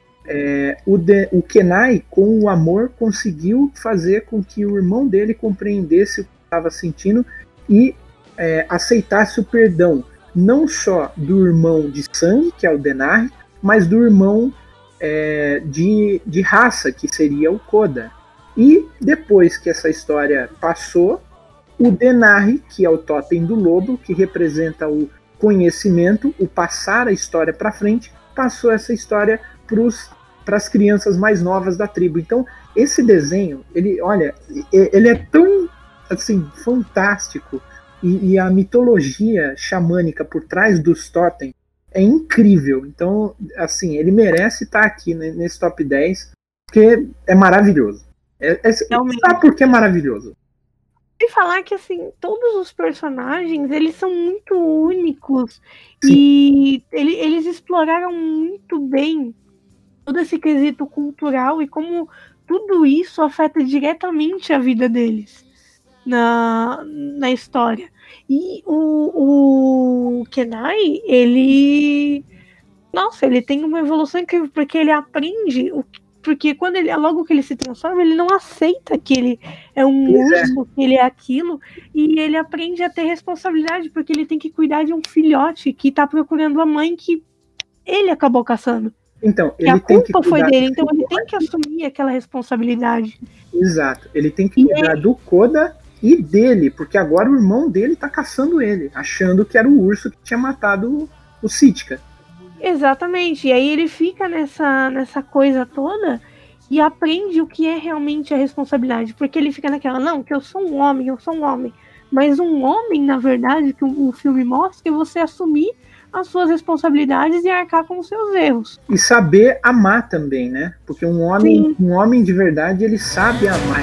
É, o, de, o Kenai, com o amor, conseguiu fazer com que o irmão dele compreendesse o que estava sentindo e é, aceitasse o perdão, não só do irmão de sangue, que é o Denari, mas do irmão é, de, de raça, que seria o Koda. E depois que essa história passou, o Denari, que é o totem do lobo, que representa o conhecimento, o passar a história para frente, passou essa história para as crianças mais novas da tribo. Então, esse desenho, ele, olha, ele é tão assim, fantástico, e, e a mitologia xamânica por trás dos totem é incrível. Então, assim, ele merece estar aqui, né, nesse top dez, porque é maravilhoso. É, é, sabe por que é maravilhoso? E falar que, assim, todos os personagens, eles são muito únicos. Sim. E ele, eles exploraram muito bem todo esse quesito cultural e como tudo isso afeta diretamente a vida deles na, na história. E o, o Kenai, ele... Nossa, ele tem uma evolução incrível, porque ele aprende... O, porque quando ele, logo que ele se transforma, ele não aceita que ele é um urso, é. que ele é aquilo, e ele aprende a ter responsabilidade, porque ele tem que cuidar de um filhote que tá procurando a mãe que ele acabou caçando. Então, e ele a tem culpa que foi dele, então filhote. ele tem que assumir aquela responsabilidade. Exato, ele tem que cuidar é... do Koda e dele, porque agora o irmão dele tá caçando ele, achando que era o urso que tinha matado o Sitka. Exatamente, e aí ele fica nessa, nessa coisa toda e aprende o que é realmente a responsabilidade, porque ele fica naquela, não, que eu sou um homem, eu sou um homem, mas um homem, na verdade, que o, o filme mostra, é você assumir as suas responsabilidades e arcar com os seus erros. E saber amar também, né? Porque um homem, um homem de verdade, ele sabe amar.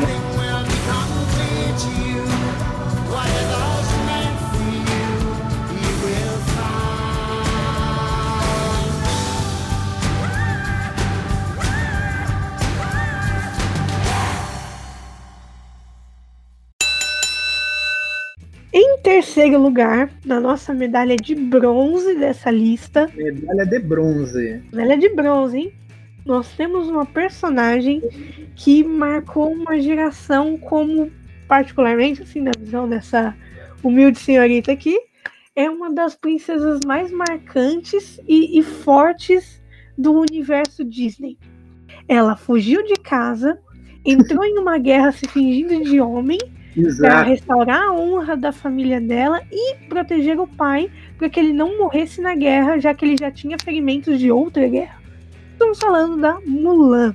Em terceiro lugar, na nossa medalha de bronze dessa lista... Medalha de bronze. Medalha de bronze, hein? Nós temos uma personagem que marcou uma geração como, particularmente, assim, na visão dessa humilde senhorita aqui, é uma das princesas mais marcantes e, e fortes do universo Disney. Ela fugiu de casa, entrou em uma guerra se fingindo de homem, para restaurar a honra da família dela e proteger o pai para que ele não morresse na guerra, já que ele já tinha ferimentos de outra guerra. Estamos falando da Mulan.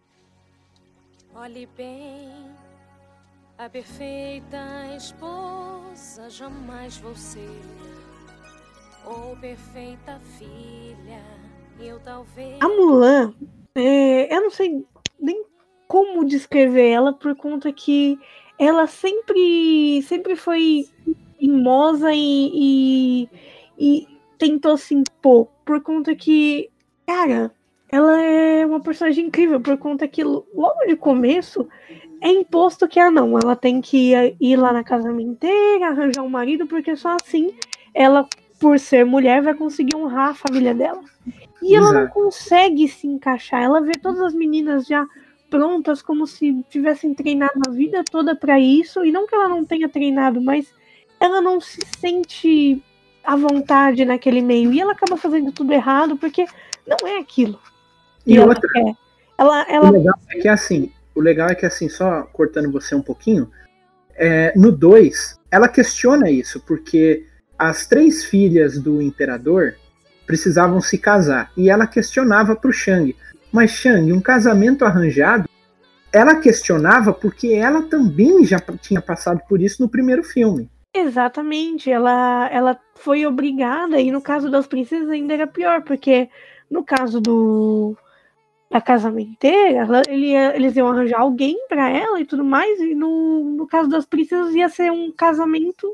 Olhe bem, a perfeita esposa jamais vou ser, ou perfeita filha, eu talvez... A Mulan, é, eu não sei nem como descrever ela, por conta que ela sempre, sempre foi mimosa e, e, e tentou se impor, por conta que, cara, ela é uma personagem incrível, por conta que logo de começo é imposto que, ah não, ela tem que ir, ir lá na casamenteira, arranjar um marido, porque só assim ela, por ser mulher, vai conseguir honrar a família dela. E ela Exato. Não consegue se encaixar, ela vê todas as meninas já prontas, como se tivessem treinado a vida toda para isso, e não que ela não tenha treinado, mas ela não se sente à vontade naquele meio. E ela acaba fazendo tudo errado, porque não é aquilo. E, E ela outra, quer. Ela, ela... O legal é que assim, o legal é que assim, só cortando você um pouquinho, é, no dois, ela questiona isso, porque as três filhas do imperador precisavam se casar, e ela questionava pro Shang, mas Shang, um casamento arranjado, ela questionava porque ela também já tinha passado por isso no primeiro filme. Exatamente, ela, ela foi obrigada, e no caso das princesas ainda era pior, porque no caso do da casamenteira, ela, ele, eles iam arranjar alguém pra ela e tudo mais, e no, no caso das princesas ia ser um casamento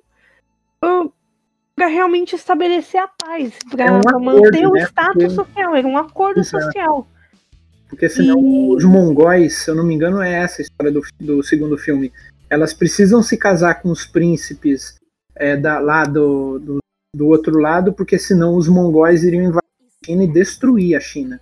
para realmente estabelecer a paz, para É um acordo, manter o né? status Porque... social, era um acordo Exato. social. Porque senão e... os mongóis, se eu não me engano, é essa a história do, do segundo filme. Elas precisam se casar com os príncipes é, da, lá do, do, do outro lado, porque senão os mongóis iriam invadir a China e destruir a China.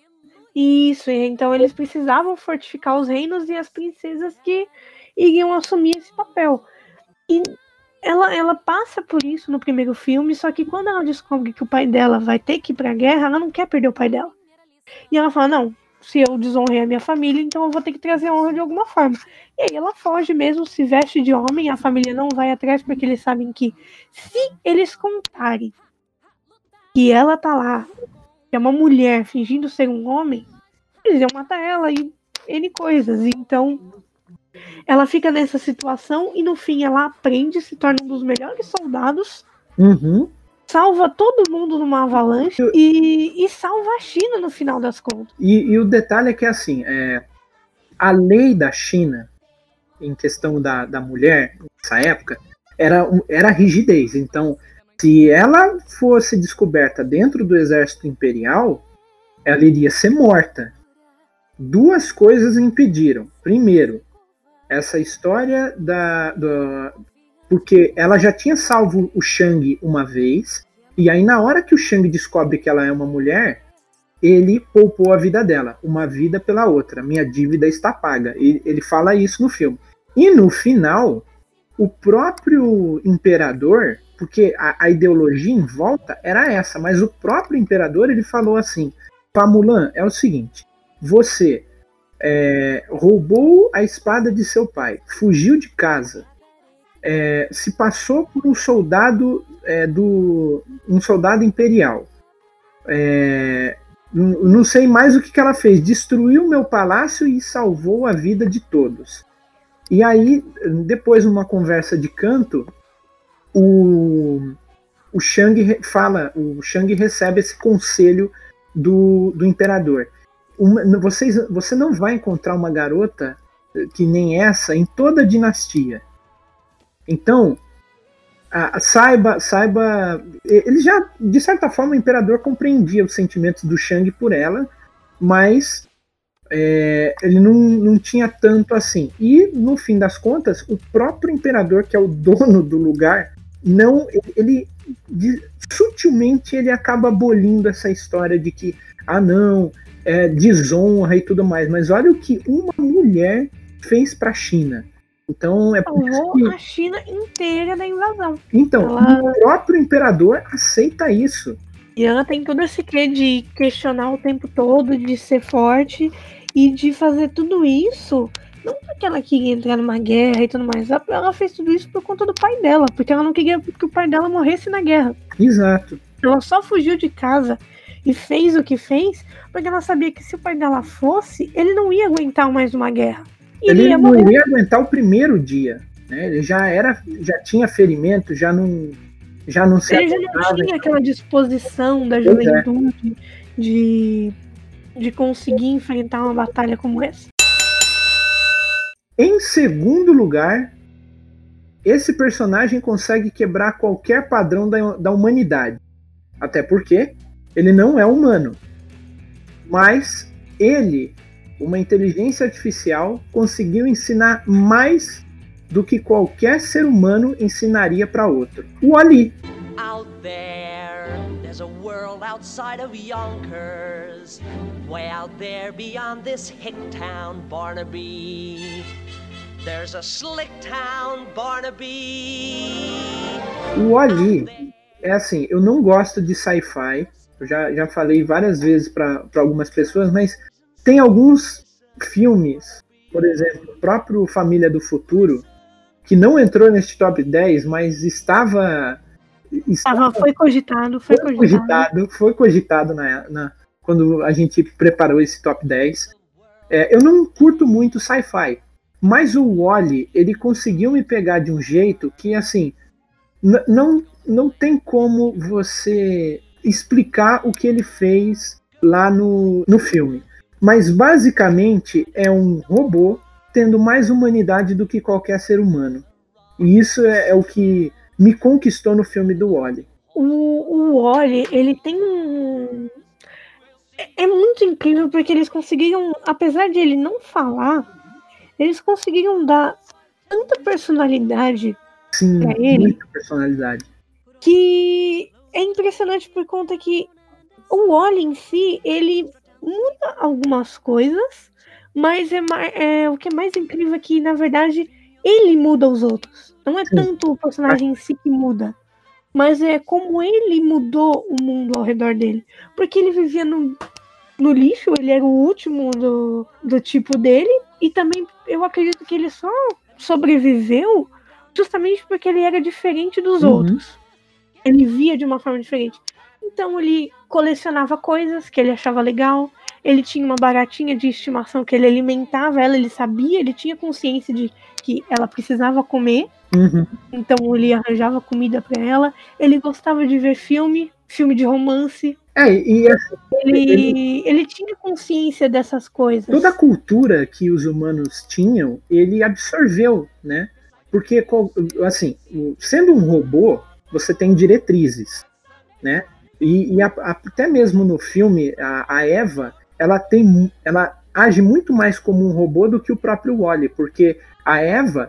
Isso, então eles precisavam fortificar os reinos e as princesas que iriam assumir esse papel. E ela, ela passa por isso no primeiro filme, só que quando ela descobre que o pai dela vai ter que ir pra guerra, ela não quer perder o pai dela. E ela fala, não, se eu desonrei a minha família, então eu vou ter que trazer honra de alguma forma. E aí ela foge mesmo, se veste de homem, a família não vai atrás, porque eles sabem que se eles contarem que ela tá lá, que é uma mulher fingindo ser um homem, eles iam matar ela e N coisas. Então ela fica nessa situação e no fim ela aprende, se torna um dos melhores soldados, uhum. salva todo mundo numa avalanche e, e salva a China no final das contas. E, e o detalhe é que assim, é, a lei da China em questão da, da mulher nessa época era, era rigidez. Então se ela fosse descoberta dentro do exército imperial, ela iria ser morta. Duas coisas impediram. Primeiro, essa história da, da... Porque ela já tinha salvo o Shang uma vez, e aí na hora que o Shang descobre que ela é uma mulher, ele poupou a vida dela. Uma vida pela outra. Minha dívida está paga. Ele, ele fala isso no filme. E no final, o próprio imperador... Porque a, a ideologia em volta era essa, mas o próprio imperador ele falou assim, Fa Mulan, é o seguinte, você é, roubou a espada de seu pai, fugiu de casa, é, se passou por um soldado, é, do, um soldado imperial, é, não, não sei mais o que, que ela fez, destruiu meu palácio e salvou a vida de todos. E aí, depois numa conversa de canto, O, o Shang fala, o Shang recebe esse conselho do, do imperador. Uma, vocês, você não vai encontrar uma garota que nem essa em toda a dinastia. Então, a, a, saiba, saiba, ele já, de certa forma, o imperador compreendia os sentimentos do Shang por ela, mas é, ele não, não tinha tanto assim. E, no fim das contas, o próprio imperador, que é o dono do lugar, não, ele, ele sutilmente ele acaba abolindo essa história de que, ah não, é, desonra e tudo mais, mas olha o que uma mulher fez para a China. Então é por isso que... a China inteira da invasão. Então, ela... o próprio imperador aceita isso. E ela tem todo esse quê de questionar o tempo todo, de ser forte e de fazer tudo isso. Não porque ela queria entrar numa guerra e tudo mais. Ela fez tudo isso por conta do pai dela. Porque ela não queria que o pai dela morresse na guerra. Exato. Ela só fugiu de casa e fez o que fez porque ela sabia que se o pai dela fosse, ele não ia aguentar mais uma guerra. Ele, ele ia não morrer. Iria aguentar o primeiro dia. Né? Ele já, era, já tinha ferimento, já não, já não se Ele já não tinha aquela disposição da juventude é. de, de conseguir enfrentar uma batalha como essa. Em segundo lugar, esse personagem consegue quebrar qualquer padrão da, da humanidade. Até porque ele não é humano. Mas ele, uma inteligência artificial, conseguiu ensinar mais do que qualquer ser humano ensinaria para outro. O Ali. Out there, there's a world outside of Yonkers. Way out there beyond this hick town, Barnaby. There's a slick town, Barnaby. O Ali, é assim, eu não gosto de sci-fi, eu já, já falei várias vezes para algumas pessoas, mas tem alguns filmes, por exemplo, o próprio Família do Futuro, que não entrou neste top dez, mas estava... estava foi cogitado, foi, foi cogitado. cogitado. Foi cogitado na, na, quando a gente preparou esse top dez. É, eu não curto muito sci-fi, mas o Wall-E, ele conseguiu me pegar de um jeito que, assim, n- não, não tem como você explicar o que ele fez lá no, no filme. Mas, basicamente, é um robô tendo mais humanidade do que qualquer ser humano. E isso é, é o que me conquistou no filme do Wall-E. O, o Wall-E, ele tem um... É, é muito incrível porque eles conseguiram, apesar de ele não falar, eles conseguiram dar tanta personalidade Sim, pra ele. Muita personalidade. Que é impressionante por conta que o Wall-E em si, ele muda algumas coisas, mas é, é o que é mais incrível é que, na verdade, ele muda os outros. Não é Sim. tanto o personagem em si que muda, mas é como ele mudou o mundo ao redor dele. Porque ele vivia no, no lixo, ele era o último do, do tipo dele, e também eu acredito que ele só sobreviveu justamente porque ele era diferente dos uhum. outros. Ele via de uma forma diferente. Então ele colecionava coisas que ele achava legal, ele tinha uma baratinha de estimação que ele alimentava ela, ele sabia, ele tinha consciência de que ela precisava comer, uhum. então ele arranjava comida para ela, ele gostava de ver filme, filme de romance. É, e assim, ele, ele, ele tinha consciência dessas coisas. Toda a cultura que os humanos tinham, ele absorveu, né? Porque, assim, sendo um robô, você tem diretrizes, né? E, e a, a, até mesmo no filme, a, a Eva, ela, tem, ela age muito mais como um robô do que o próprio Wall-E, porque a Eva,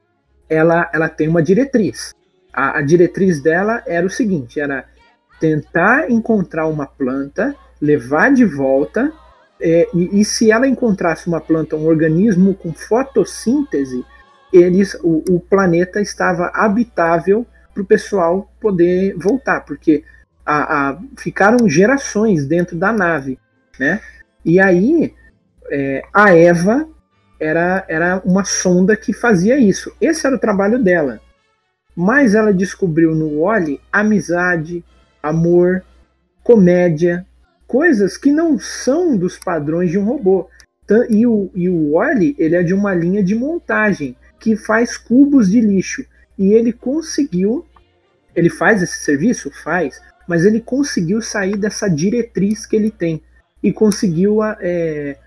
ela, ela tem uma diretriz. A, a diretriz dela era o seguinte, era tentar encontrar uma planta, levar de volta, é, e, e se ela encontrasse uma planta, um organismo com fotossíntese, eles, o, o planeta estava habitável para o pessoal poder voltar, porque a, a, ficaram gerações dentro da nave, né? E aí é, a Eva era, era uma sonda que fazia isso. Esse era o trabalho dela. Mas ela descobriu no Wall-E amizade, amor, comédia, coisas que não são dos padrões de um robô. E o, e o Wall-E, ele é de uma linha de montagem que faz cubos de lixo. E ele conseguiu, ele faz esse serviço? Faz, mas ele conseguiu sair dessa diretriz que ele tem. E conseguiu é,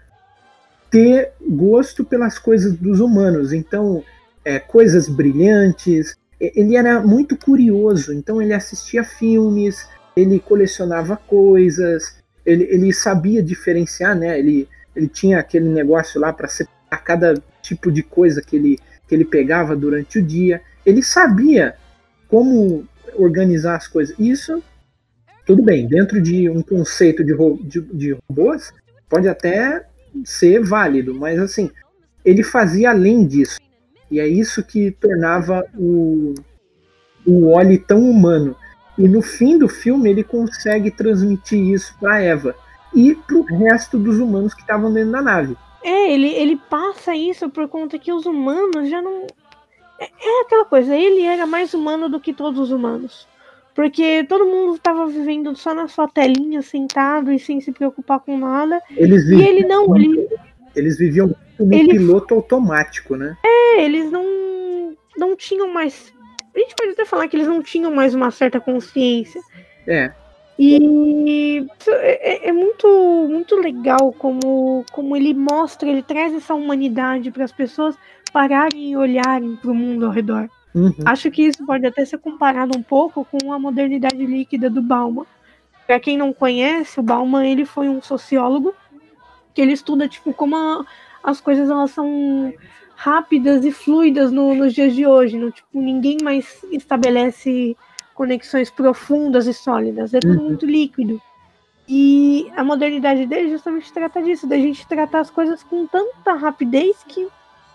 ter gosto pelas coisas dos humanos. Então, é, coisas brilhantes. Ele era muito curioso, então ele assistia filmes, ele colecionava coisas, ele, ele sabia diferenciar, né? Ele, ele tinha aquele negócio lá para separar cada tipo de coisa que ele, que ele pegava durante o dia. Ele sabia como organizar as coisas. Isso, tudo bem, dentro de um conceito de, de, de robôs, pode até ser válido, mas assim, ele fazia além disso. E é isso que tornava o, o Wall-E tão humano. E no fim do filme ele consegue transmitir isso para Eva e para o resto dos humanos que estavam dentro da nave. É, ele, ele passa isso por conta que os humanos já não... É, é aquela coisa, ele era mais humano do que todos os humanos. Porque todo mundo estava vivendo só na sua telinha, sentado e sem se preocupar com nada. Eles e ele não... Ele, eles viviam no ele, piloto automático, né? É, eles não, não tinham mais... A gente pode até falar que eles não tinham mais uma certa consciência. É. E é, é muito, muito legal como, como ele mostra, ele traz essa humanidade para as pessoas pararem e olharem para o mundo ao redor. Uhum. Acho que isso pode até ser comparado um pouco com a modernidade líquida do Bauman. Para quem não conhece, o Bauman ele foi um sociólogo que ele estuda tipo, como a, as coisas elas são rápidas e fluidas no, nos dias de hoje. Não, tipo, ninguém mais estabelece conexões profundas e sólidas. É tudo uhum. muito líquido. E a modernidade dele justamente trata disso, da gente tratar as coisas com tanta rapidez que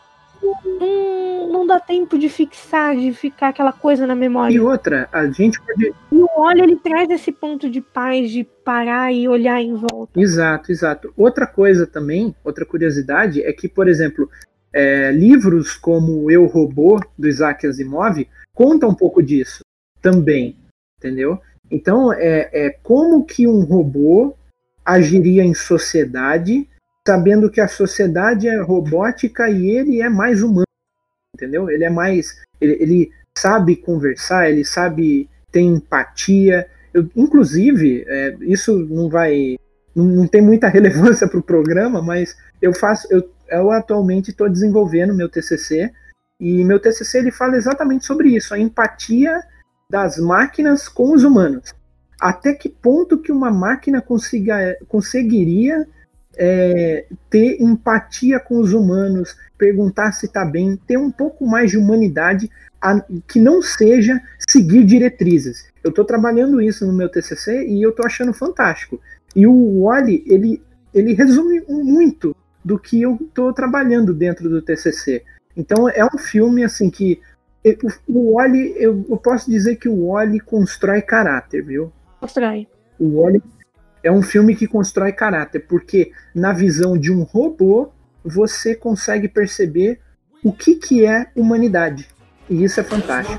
não, não dá tempo de fixar, de ficar aquela coisa na memória. E outra, a gente pode... E o Wall-E, ele traz esse ponto de paz, de parar e olhar em volta. Exato, exato. Outra coisa também, outra curiosidade, é que, por exemplo, é, livros como Eu, Robô, do Isaac Asimov, contam um pouco disso também, entendeu? Então, é, é como que um robô agiria em sociedade, sabendo que a sociedade é robótica e ele é mais humano, entendeu? Ele é mais... Ele, ele sabe conversar, ele sabe ter empatia. Eu, inclusive, é, isso não vai... Não, não tem muita relevância para o programa, mas eu faço... Eu, eu atualmente estou desenvolvendo meu T C C, e meu T C C ele fala exatamente sobre isso, a empatia das máquinas com os humanos. Até que ponto que uma máquina consiga, conseguiria é, ter empatia com os humanos, perguntar se está bem, ter um pouco mais de humanidade, a, que não seja seguir diretrizes. Eu estou trabalhando isso no meu T C C e eu estou achando fantástico. E o Wall-E, ele, ele resume muito do que eu estou trabalhando dentro do T C C. Então é um filme assim que o Wall-E, eu, eu posso dizer que o Wall-E constrói caráter, viu? Constrói. O Wall-E é um filme que constrói caráter, porque na visão de um robô, você consegue perceber o que, que é humanidade. E isso é fantástico.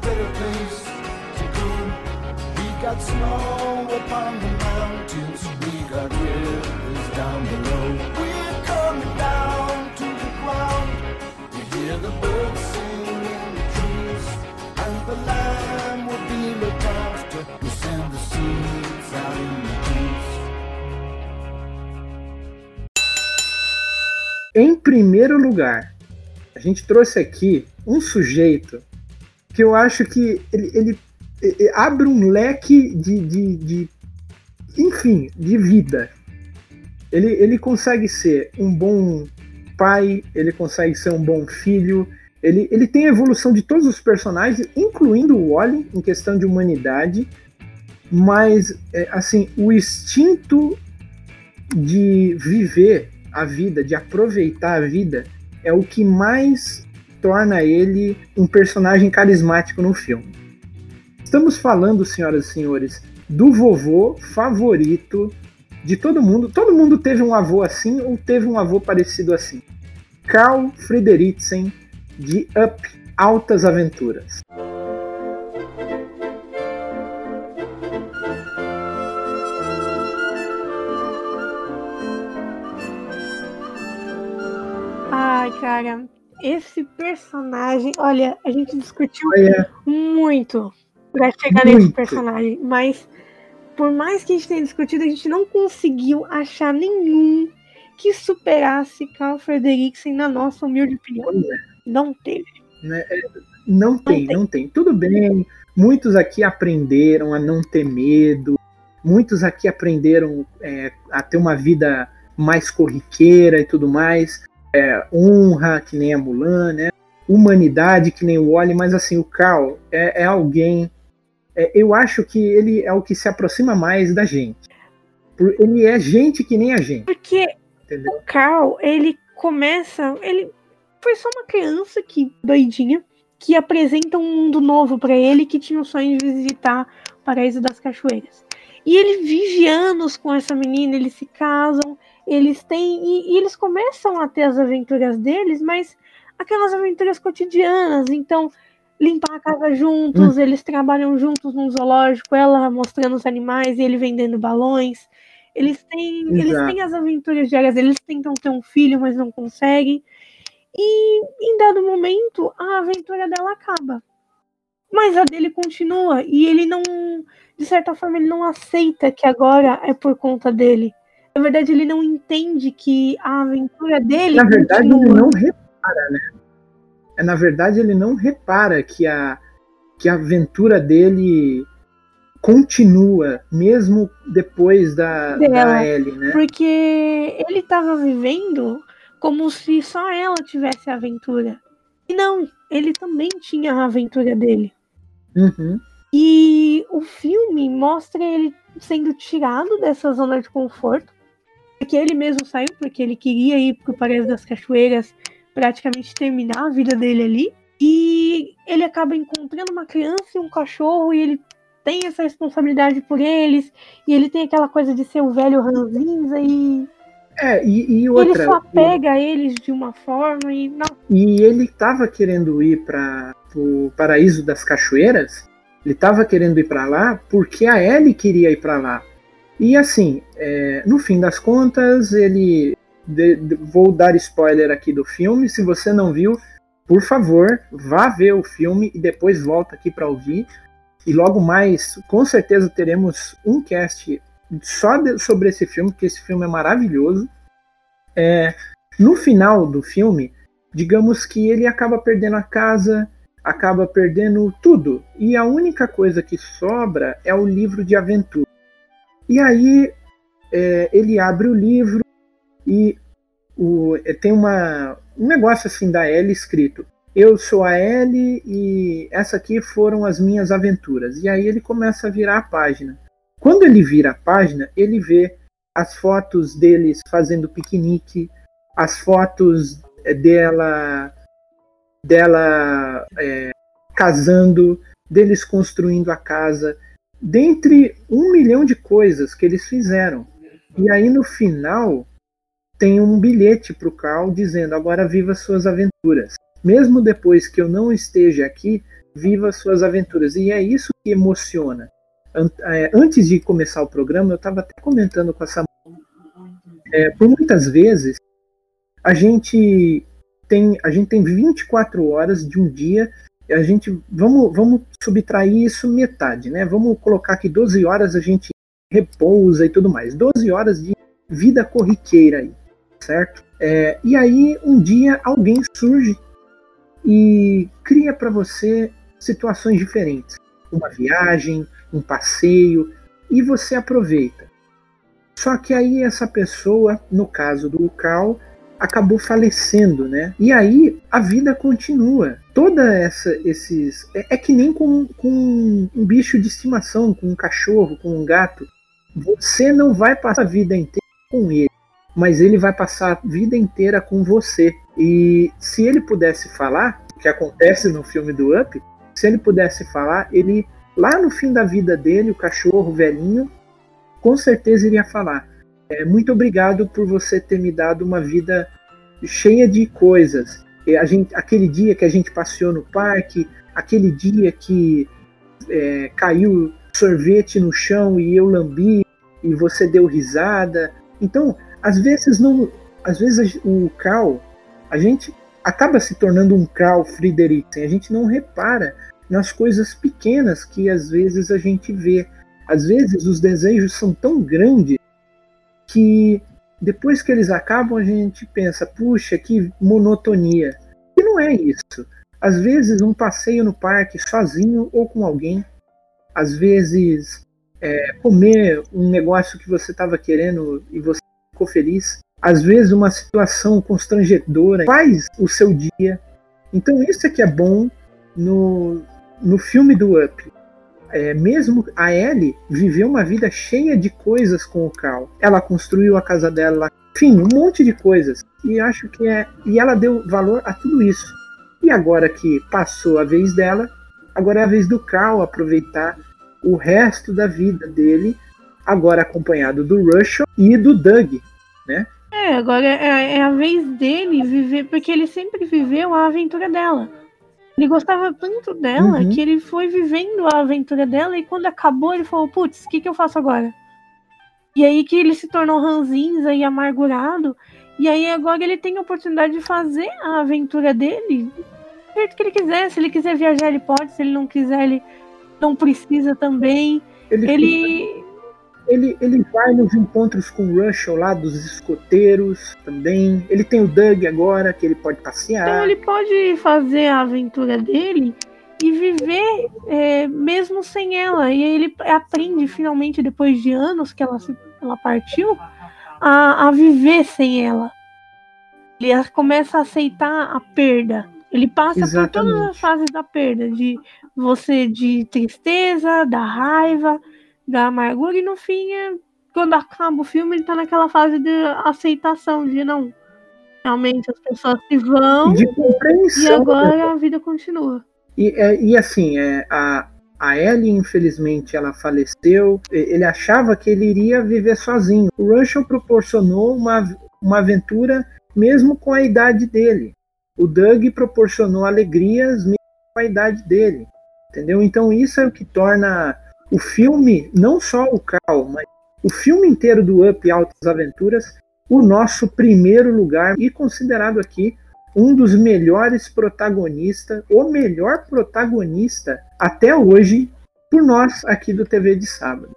Em primeiro lugar, a gente trouxe aqui um sujeito que eu acho que ele, ele, ele abre um leque de, de, de, enfim, de vida. Ele, ele consegue ser um bom pai, ele consegue ser um bom filho, ele, ele tem a evolução de todos os personagens, incluindo o Wall-E, em questão de humanidade, mas, é, assim, o instinto de viver a vida, de aproveitar a vida, é o que mais torna ele um personagem carismático no filme. Estamos falando, senhoras e senhores, do vovô favorito de todo mundo. Todo mundo teve um avô assim ou teve um avô parecido assim. Carl Fredericksen, de Up, Altas Aventuras. Ai, cara, esse personagem, olha, a gente discutiu Olha, muito pra chegar muito. nesse personagem, mas por mais que a gente tenha discutido, a gente não conseguiu achar nenhum que superasse Carl Fredericksen, na nossa humilde opinião. Não teve. Né? Não tem, tem. não tem. Tudo bem, muitos aqui aprenderam a não ter medo, muitos aqui aprenderam é, a ter uma vida mais corriqueira e tudo mais. É, honra, que nem a Mulan, né? Humanidade, que nem o Wall-E, mas assim, o Carl é, é alguém... É, eu acho que ele é o que se aproxima mais da gente. Ele é gente que nem a gente. Porque Entendeu? o Carl, ele começa... Ele foi só uma criança que, doidinha, que apresenta um mundo novo pra ele, que tinha o sonho de visitar o Paraíso das Cachoeiras. E ele vive anos com essa menina, eles se casam, eles têm... E, e eles começam a ter as aventuras deles, mas aquelas aventuras cotidianas. Então, limpar a casa juntos, hum. eles trabalham juntos num zoológico, ela mostrando os animais e ele vendendo balões. Eles têm, eles têm as aventuras diárias, eles tentam ter um filho, mas não conseguem. E em dado momento, a aventura dela acaba. Mas a dele continua. E ele não, de certa forma, ele não aceita que agora é por conta dele. Na verdade, ele não entende que a aventura dele Na verdade, continua. ele não repara, né? Na verdade, ele não repara que a, que a aventura dele continua, mesmo depois da, da Ellie, né? Porque ele estava vivendo como se só ela tivesse a aventura. E não, ele também tinha a aventura dele. Uhum. E o filme mostra ele sendo tirado dessa zona de conforto, porque ele mesmo saiu, porque ele queria ir para o Paraíso das Cachoeiras praticamente terminar a vida dele ali. E ele acaba encontrando uma criança e um cachorro, e ele tem essa responsabilidade por eles, e ele tem aquela coisa de ser o velho ranzinza, e É, e, e outra... ele só pega e... eles de uma forma e... Não. E ele estava querendo ir para o Paraíso das Cachoeiras, ele estava querendo ir para lá porque a Ellie queria ir para lá. E assim, é, no fim das contas, ele... De, de, vou dar spoiler aqui do filme, se você não viu, por favor, vá ver o filme e depois volta aqui para ouvir. E logo mais, com certeza teremos um cast só de, sobre esse filme, porque esse filme é maravilhoso. É, no final do filme, digamos que ele acaba perdendo a casa, acaba perdendo tudo. E a única coisa que sobra é o livro de aventura. E aí é, ele abre o livro e o, tem uma, um negócio assim da Ellie escrito: eu sou a Ellie e essa aqui foram as minhas aventuras. E aí ele começa a virar a página. Quando ele vira a página, ele vê as fotos deles fazendo piquenique, as fotos dela, dela é, casando, deles construindo a casa, dentre um milhão de coisas que eles fizeram. E aí no final tem um bilhete para o Carl dizendo: agora viva suas aventuras. Mesmo depois que eu não esteja aqui, viva suas aventuras. E é isso que emociona. Antes de começar o programa, eu estava até comentando com essa é, por muitas vezes a gente tem a gente tem vinte e quatro horas de um dia. A gente vamos vamos subtrair isso metade, né? Vamos colocar que doze horas a gente repousa e tudo mais. doze horas de vida corriqueira aí, certo? É, e aí um dia alguém surge e cria para você situações diferentes. Uma viagem, um passeio, e você aproveita. Só que aí essa pessoa, no caso do Carl, acabou falecendo, né? E aí a vida continua. Toda essa, esses... É, é que nem com, com um bicho de estimação, com um cachorro, com um gato. Você não vai passar a vida inteira com ele, mas ele vai passar a vida inteira com você. E se ele pudesse falar, o que acontece no filme do Up, se ele pudesse falar, ele, lá no fim da vida dele, o cachorro velhinho, com certeza iria falar: é, muito obrigado por você ter me dado uma vida cheia de coisas. E a gente, aquele dia que a gente passeou no parque, aquele dia que é, caiu sorvete no chão e eu lambi e você deu risada. Então, às vezes não, às vezes o Carl, a gente acaba se tornando um Carl Friedrichsen. A gente não repara nas coisas pequenas que às vezes a gente vê. Às vezes os desejos são tão grandes que depois que eles acabam a gente pensa: puxa, que monotonia. E não é isso. Às vezes um passeio no parque sozinho ou com alguém, às vezes é, comer um negócio que você estava querendo e você ficou feliz, às vezes uma situação constrangedora faz o seu dia. Então isso é que é bom no, no filme do Up. É, mesmo a Ellie viveu uma vida cheia de coisas com o Carl. Ela construiu a casa dela, enfim, um monte de coisas. E acho que é. E ela deu valor a tudo isso. E agora que passou a vez dela, agora é a vez do Carl aproveitar o resto da vida dele, agora acompanhado do Russell e do Doug, né? É, agora é, é a vez dele viver, porque ele sempre viveu a aventura dela. Ele gostava tanto dela uhum. que ele foi vivendo a aventura dela, e quando acabou ele falou: putz, o que, que eu faço agora? E aí que ele se tornou ranzinza e amargurado, e aí agora ele tem a oportunidade de fazer a aventura dele do jeito que ele quiser. Se ele quiser viajar ele pode, se ele não quiser ele não precisa também. Ele... ele... Ele, ele vai nos encontros com o Russell lá dos escoteiros também. Ele tem o Doug agora, que ele pode passear. Então ele pode fazer a aventura dele e viver é, mesmo sem ela. E aí ele aprende finalmente, depois de anos que ela, ela partiu, a, a viver sem ela. Ele começa a aceitar a perda. Ele passa Exatamente. por todas as fases da perda. De você de tristeza, da raiva, da amargura, e no fim, é, quando acaba o filme, ele tá naquela fase de aceitação, de não, Realmente as pessoas se vão de compreensão. E agora a vida continua. E, é, e assim, é, a, a Ellie, infelizmente, ela faleceu. Ele achava que ele iria viver sozinho. O Russell proporcionou uma, uma aventura mesmo com a idade dele. O Doug proporcionou alegrias mesmo com a idade dele. Entendeu? Então isso é o que torna o filme, não só o Cal, mas o filme inteiro do Up Altas Aventuras, o nosso primeiro lugar e considerado aqui um dos melhores protagonistas, o melhor protagonista até hoje por nós aqui do T V de Sábado.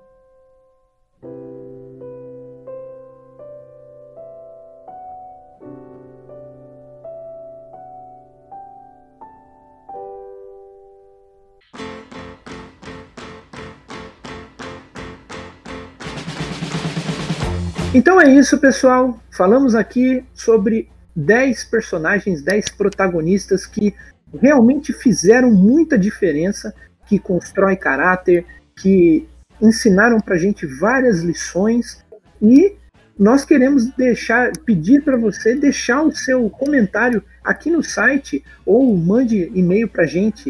Então é isso, pessoal. Falamos aqui sobre dez personagens, dez protagonistas que realmente fizeram muita diferença, que constroem caráter, que ensinaram pra gente várias lições, e nós queremos deixar, pedir para você deixar o seu comentário aqui no site ou mande e-mail pra gente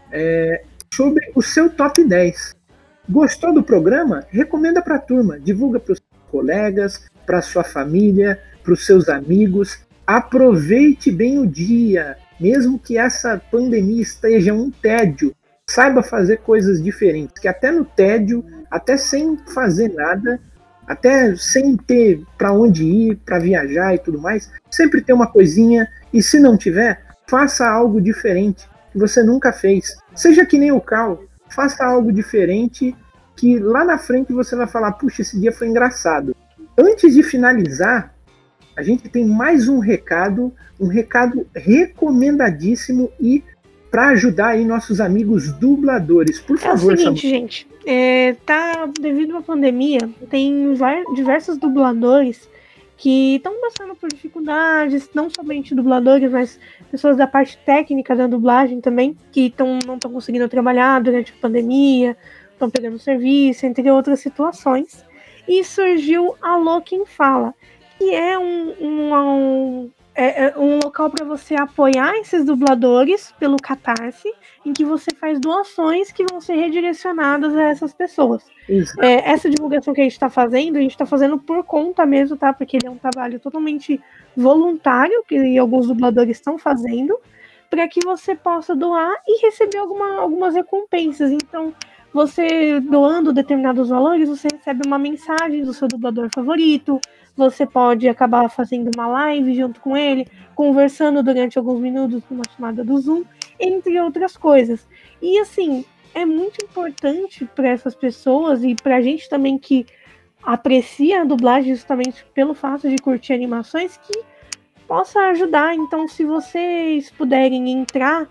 é, sobre o seu top dez. Gostou do programa? Recomenda pra turma, divulga para os colegas, para sua família, para os seus amigos. Aproveite bem o dia, mesmo que essa pandemia esteja um tédio. Saiba fazer coisas diferentes, que até no tédio, até sem fazer nada, até sem ter para onde ir, para viajar e tudo mais, sempre tem uma coisinha, e se não tiver, faça algo diferente que você nunca fez. Seja que nem o Cal, faça algo diferente que lá na frente você vai falar, puxa, esse dia foi engraçado. Antes de finalizar, a gente tem mais um recado, um recado recomendadíssimo e para ajudar aí nossos amigos dubladores. Por favor, É o seguinte, Samuel. gente, é, tá, devido à pandemia, tem diversos dubladores que estão passando por dificuldades, não somente dubladores, mas pessoas da parte técnica da dublagem também, que tão, não estão conseguindo trabalhar durante a pandemia, estão pegando serviço, entre outras situações. E surgiu Alô Quem Fala, que é um, um, um, é, é um local para você apoiar esses dubladores pelo Catarse, em que você faz doações que vão ser redirecionadas a essas pessoas. É, essa divulgação que a gente está fazendo, a gente está fazendo por conta mesmo, tá? Porque ele é um trabalho totalmente voluntário, que alguns dubladores estão fazendo, para que você possa doar e receber alguma, algumas recompensas. Então, você doando determinados valores, você recebe uma mensagem do seu dublador favorito, você pode acabar fazendo uma live junto com ele, conversando durante alguns minutos numa chamada do Zoom, entre outras coisas. E assim, é muito importante para essas pessoas e para a gente também que aprecia a dublagem justamente pelo fato de curtir animações, que possa ajudar. Então, se vocês puderem entrar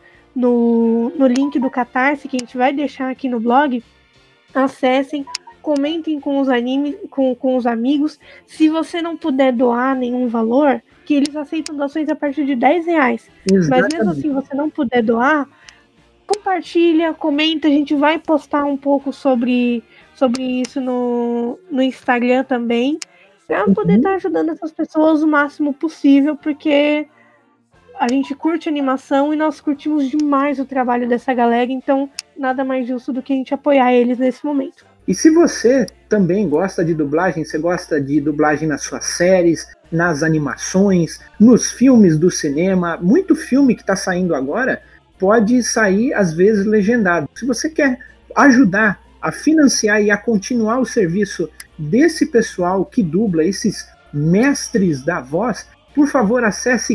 No, no link do Catarse, que a gente vai deixar aqui no blog, acessem, comentem com os, anime, com, com os amigos. Se você não puder doar nenhum valor, que eles aceitam doações a partir de dez reais. Exatamente. Mas mesmo assim, você não puder doar, compartilha, comenta, a gente vai postar um pouco sobre, sobre isso no, no Instagram também, para poder estar uhum. tá ajudando essas pessoas o máximo possível, porque a gente curte animação e nós curtimos demais o trabalho dessa galera, então nada mais justo do que a gente apoiar eles nesse momento. E se você também gosta de dublagem, você gosta de dublagem nas suas séries, nas animações, nos filmes do cinema, muito filme que está saindo agora pode sair às vezes legendado. Se você quer ajudar a financiar e a continuar o serviço desse pessoal que dubla, esses mestres da voz, por favor, acesse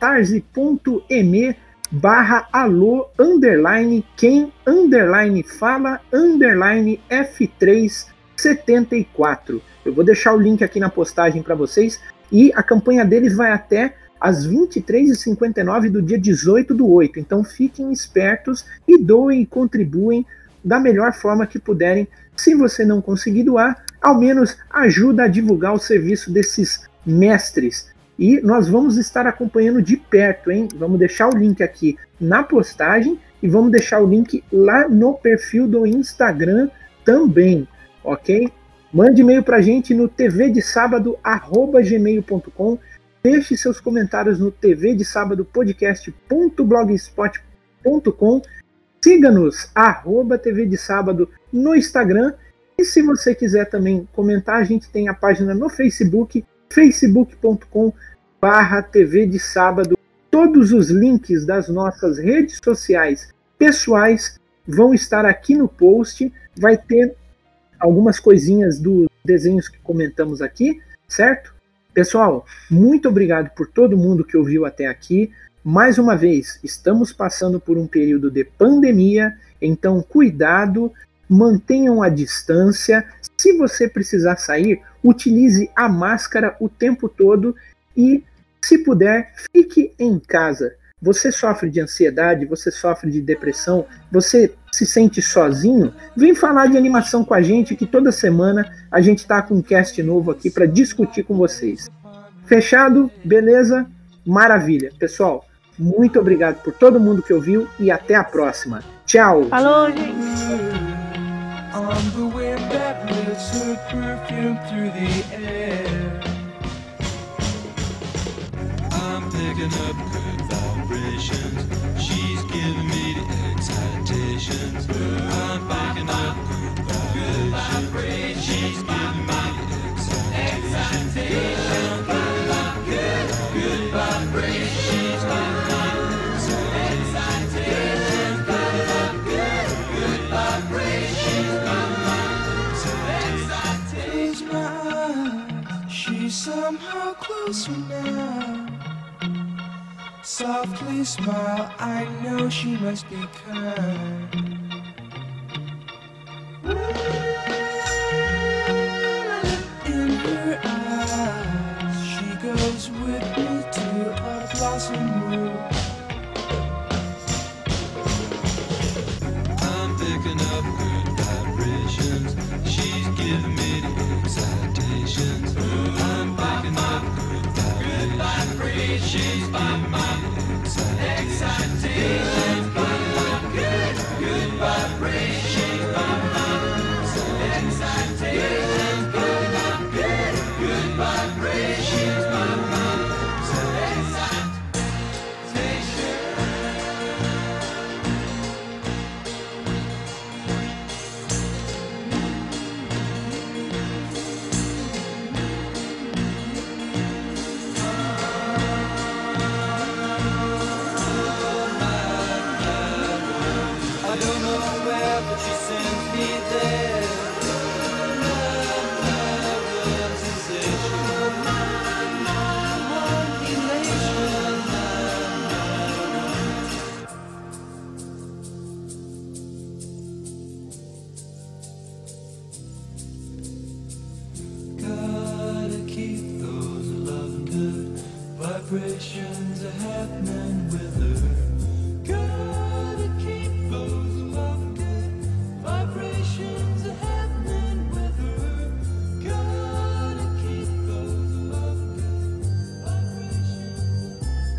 catarse.me barra alô, underline, quem, underline, fala, underline, F três setenta e quatro. Eu vou deixar o link aqui na postagem para vocês, e a campanha deles vai até às vinte e três e cinquenta e nove do dia dezoito do oito. Então fiquem espertos e doem e contribuem da melhor forma que puderem. Se você não conseguir doar, ao menos ajuda a divulgar o serviço desses mestres. E nós vamos estar acompanhando de perto, hein? Vamos deixar o link aqui na postagem e vamos deixar o link lá no perfil do Instagram também, ok? Mande e-mail pra gente no tvdesábado arroba gmail ponto com. Deixe seus comentários no t v de sábado podcast ponto blogspot ponto com. Siga-nos, arroba T V de Sábado no Instagram. E se você quiser também comentar, a gente tem a página no Facebook, facebook ponto com barra T V de Sábado. Todos os links das nossas redes sociais pessoais vão estar aqui no post. Vai ter algumas coisinhas dos desenhos que comentamos aqui, certo? Pessoal, muito obrigado por todo mundo que ouviu até aqui. Mais uma vez, estamos passando por um período de pandemia, então cuidado, mantenham a distância. Se você precisar sair, utilize a máscara o tempo todo e, se puder, fique em casa. Você sofre de ansiedade, você sofre de depressão, você se sente sozinho? Vem falar de animação com a gente, que toda semana a gente está com um cast novo aqui para discutir com vocês. Fechado? Beleza? Maravilha. Pessoal, muito obrigado por todo mundo que ouviu e até a próxima. Tchau! Falou, gente! On the wind that lifts her perfume through the air, I'm picking up good vibrations. She's giving me the excitations. I'm picking up good vibrations. She's giving me the excitations. I'm picking up good, good vibrations. She's giving me the excitations. Picking up good, good vibrations. Close my eyes, she's somehow closer now. Softly smile, I know she must be kind. In her eyes, she goes with me to a blossom room. I'm picking up good vibrations. She's giving me the excitations. I'm picking up good vibrations. She's giving me the excitations. Picking up good, good vibrations. She's giving me the excitations. Picking up good, good vibrations. She's giving me the excitations. I don't know where, but she sends me there. Love, love, love, sensation. My, my, one elation. Gotta keep those loving good vibrations are happening with her. Gotta keep those loving good vibrations are happening with her. Gotta keep those loving good vibrations.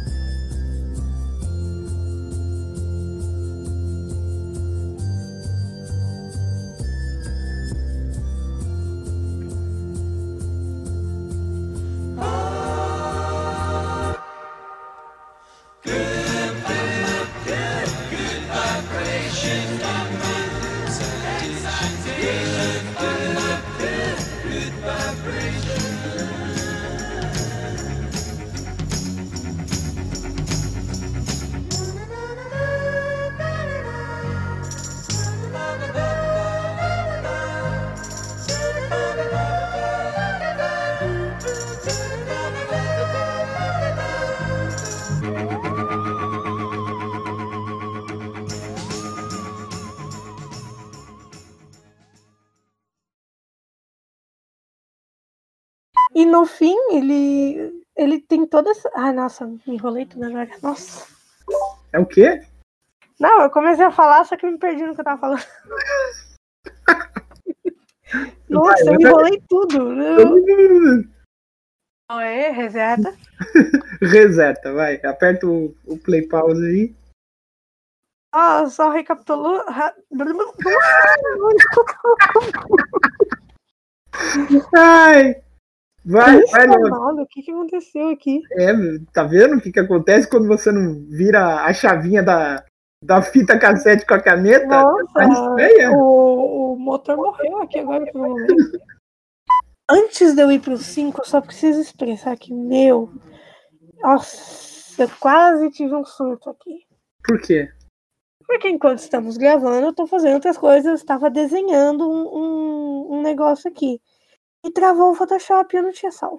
E no fim, ele, ele tem todas. Ai, nossa, me enrolei tudo agora. Nossa. É o quê? Não, eu comecei a falar, só que eu me perdi no que eu tava falando. Nossa, eu me enrolei tudo. Não é? Reseta. Reseta, vai. Aperta o, o play pause aí. Ah, só recapitulou. Ai! Vai, vai logo. Transformado? O que, que aconteceu aqui? É, tá vendo o que, que acontece quando você não vira a chavinha da, da fita cassete com a caneta? Nossa, Tá feia. o, o motor morreu aqui agora por um momento. Antes de eu ir pro cinco, eu só preciso expressar que, meu, nossa, eu quase tive um surto aqui. Por quê? Porque enquanto estamos gravando, eu tô fazendo outras coisas, eu estava desenhando um, um, um negócio aqui. E travou o Photoshop e eu não tinha salvo.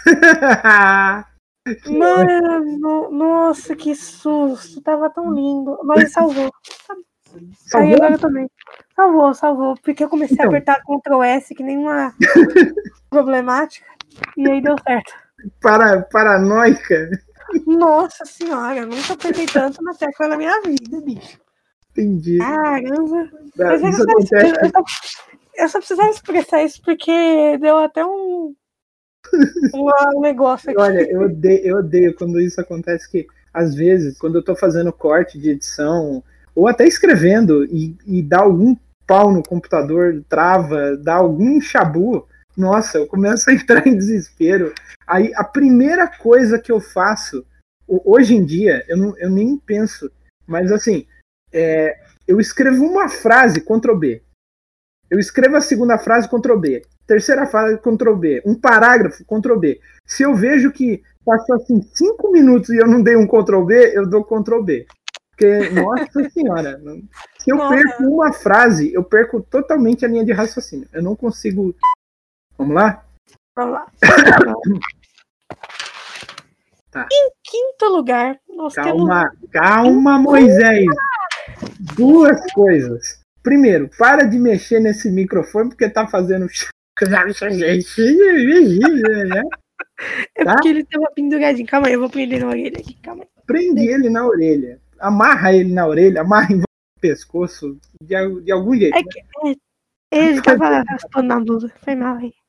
Mano, nossa, que susto. Tava tão lindo. Mas salvou. Aí agora também. Salvou, salvou. Porque eu comecei Então. a apertar control S, que nem uma problemática. E aí deu certo. Para, paranoica. Nossa senhora, eu nunca apertei tanto na tecla na minha vida, bicho. Entendi. Caramba. Tá, Mas isso eu, só, acontece. eu, só, eu só precisava expressar isso porque deu até um, um negócio aqui. Olha, eu odeio, eu odeio quando isso acontece, que às vezes, quando eu tô fazendo corte de edição, ou até escrevendo, e, e dá algum pau no computador, trava, dá algum chabu, nossa, eu começo a entrar em desespero. Aí a primeira coisa que eu faço, hoje em dia, eu, não, eu nem penso, mas assim, é, eu escrevo uma frase, control B. Eu escrevo a segunda frase, control B. Terceira frase, control B. Um parágrafo, control B. Se eu vejo que passou assim cinco minutos e eu não dei um control B, eu dou control B. Porque, nossa senhora, se eu Nossa. perco uma frase, eu perco totalmente a linha de raciocínio. Eu não consigo... Vamos lá? Vamos lá. Tá. Em quinto lugar, nós Calma, temos... calma, Moisés. Duas coisas. Primeiro, para de mexer nesse microfone porque tá fazendo... É Tá? porque ele tava penduradinho. Calma aí, eu vou prender na orelha aqui. Calma aí. Prende ele na orelha. Amarra ele na orelha, amarra em volta do pescoço, de, de algum jeito. É que é, ele tava raspando na blusa. Foi mal aí.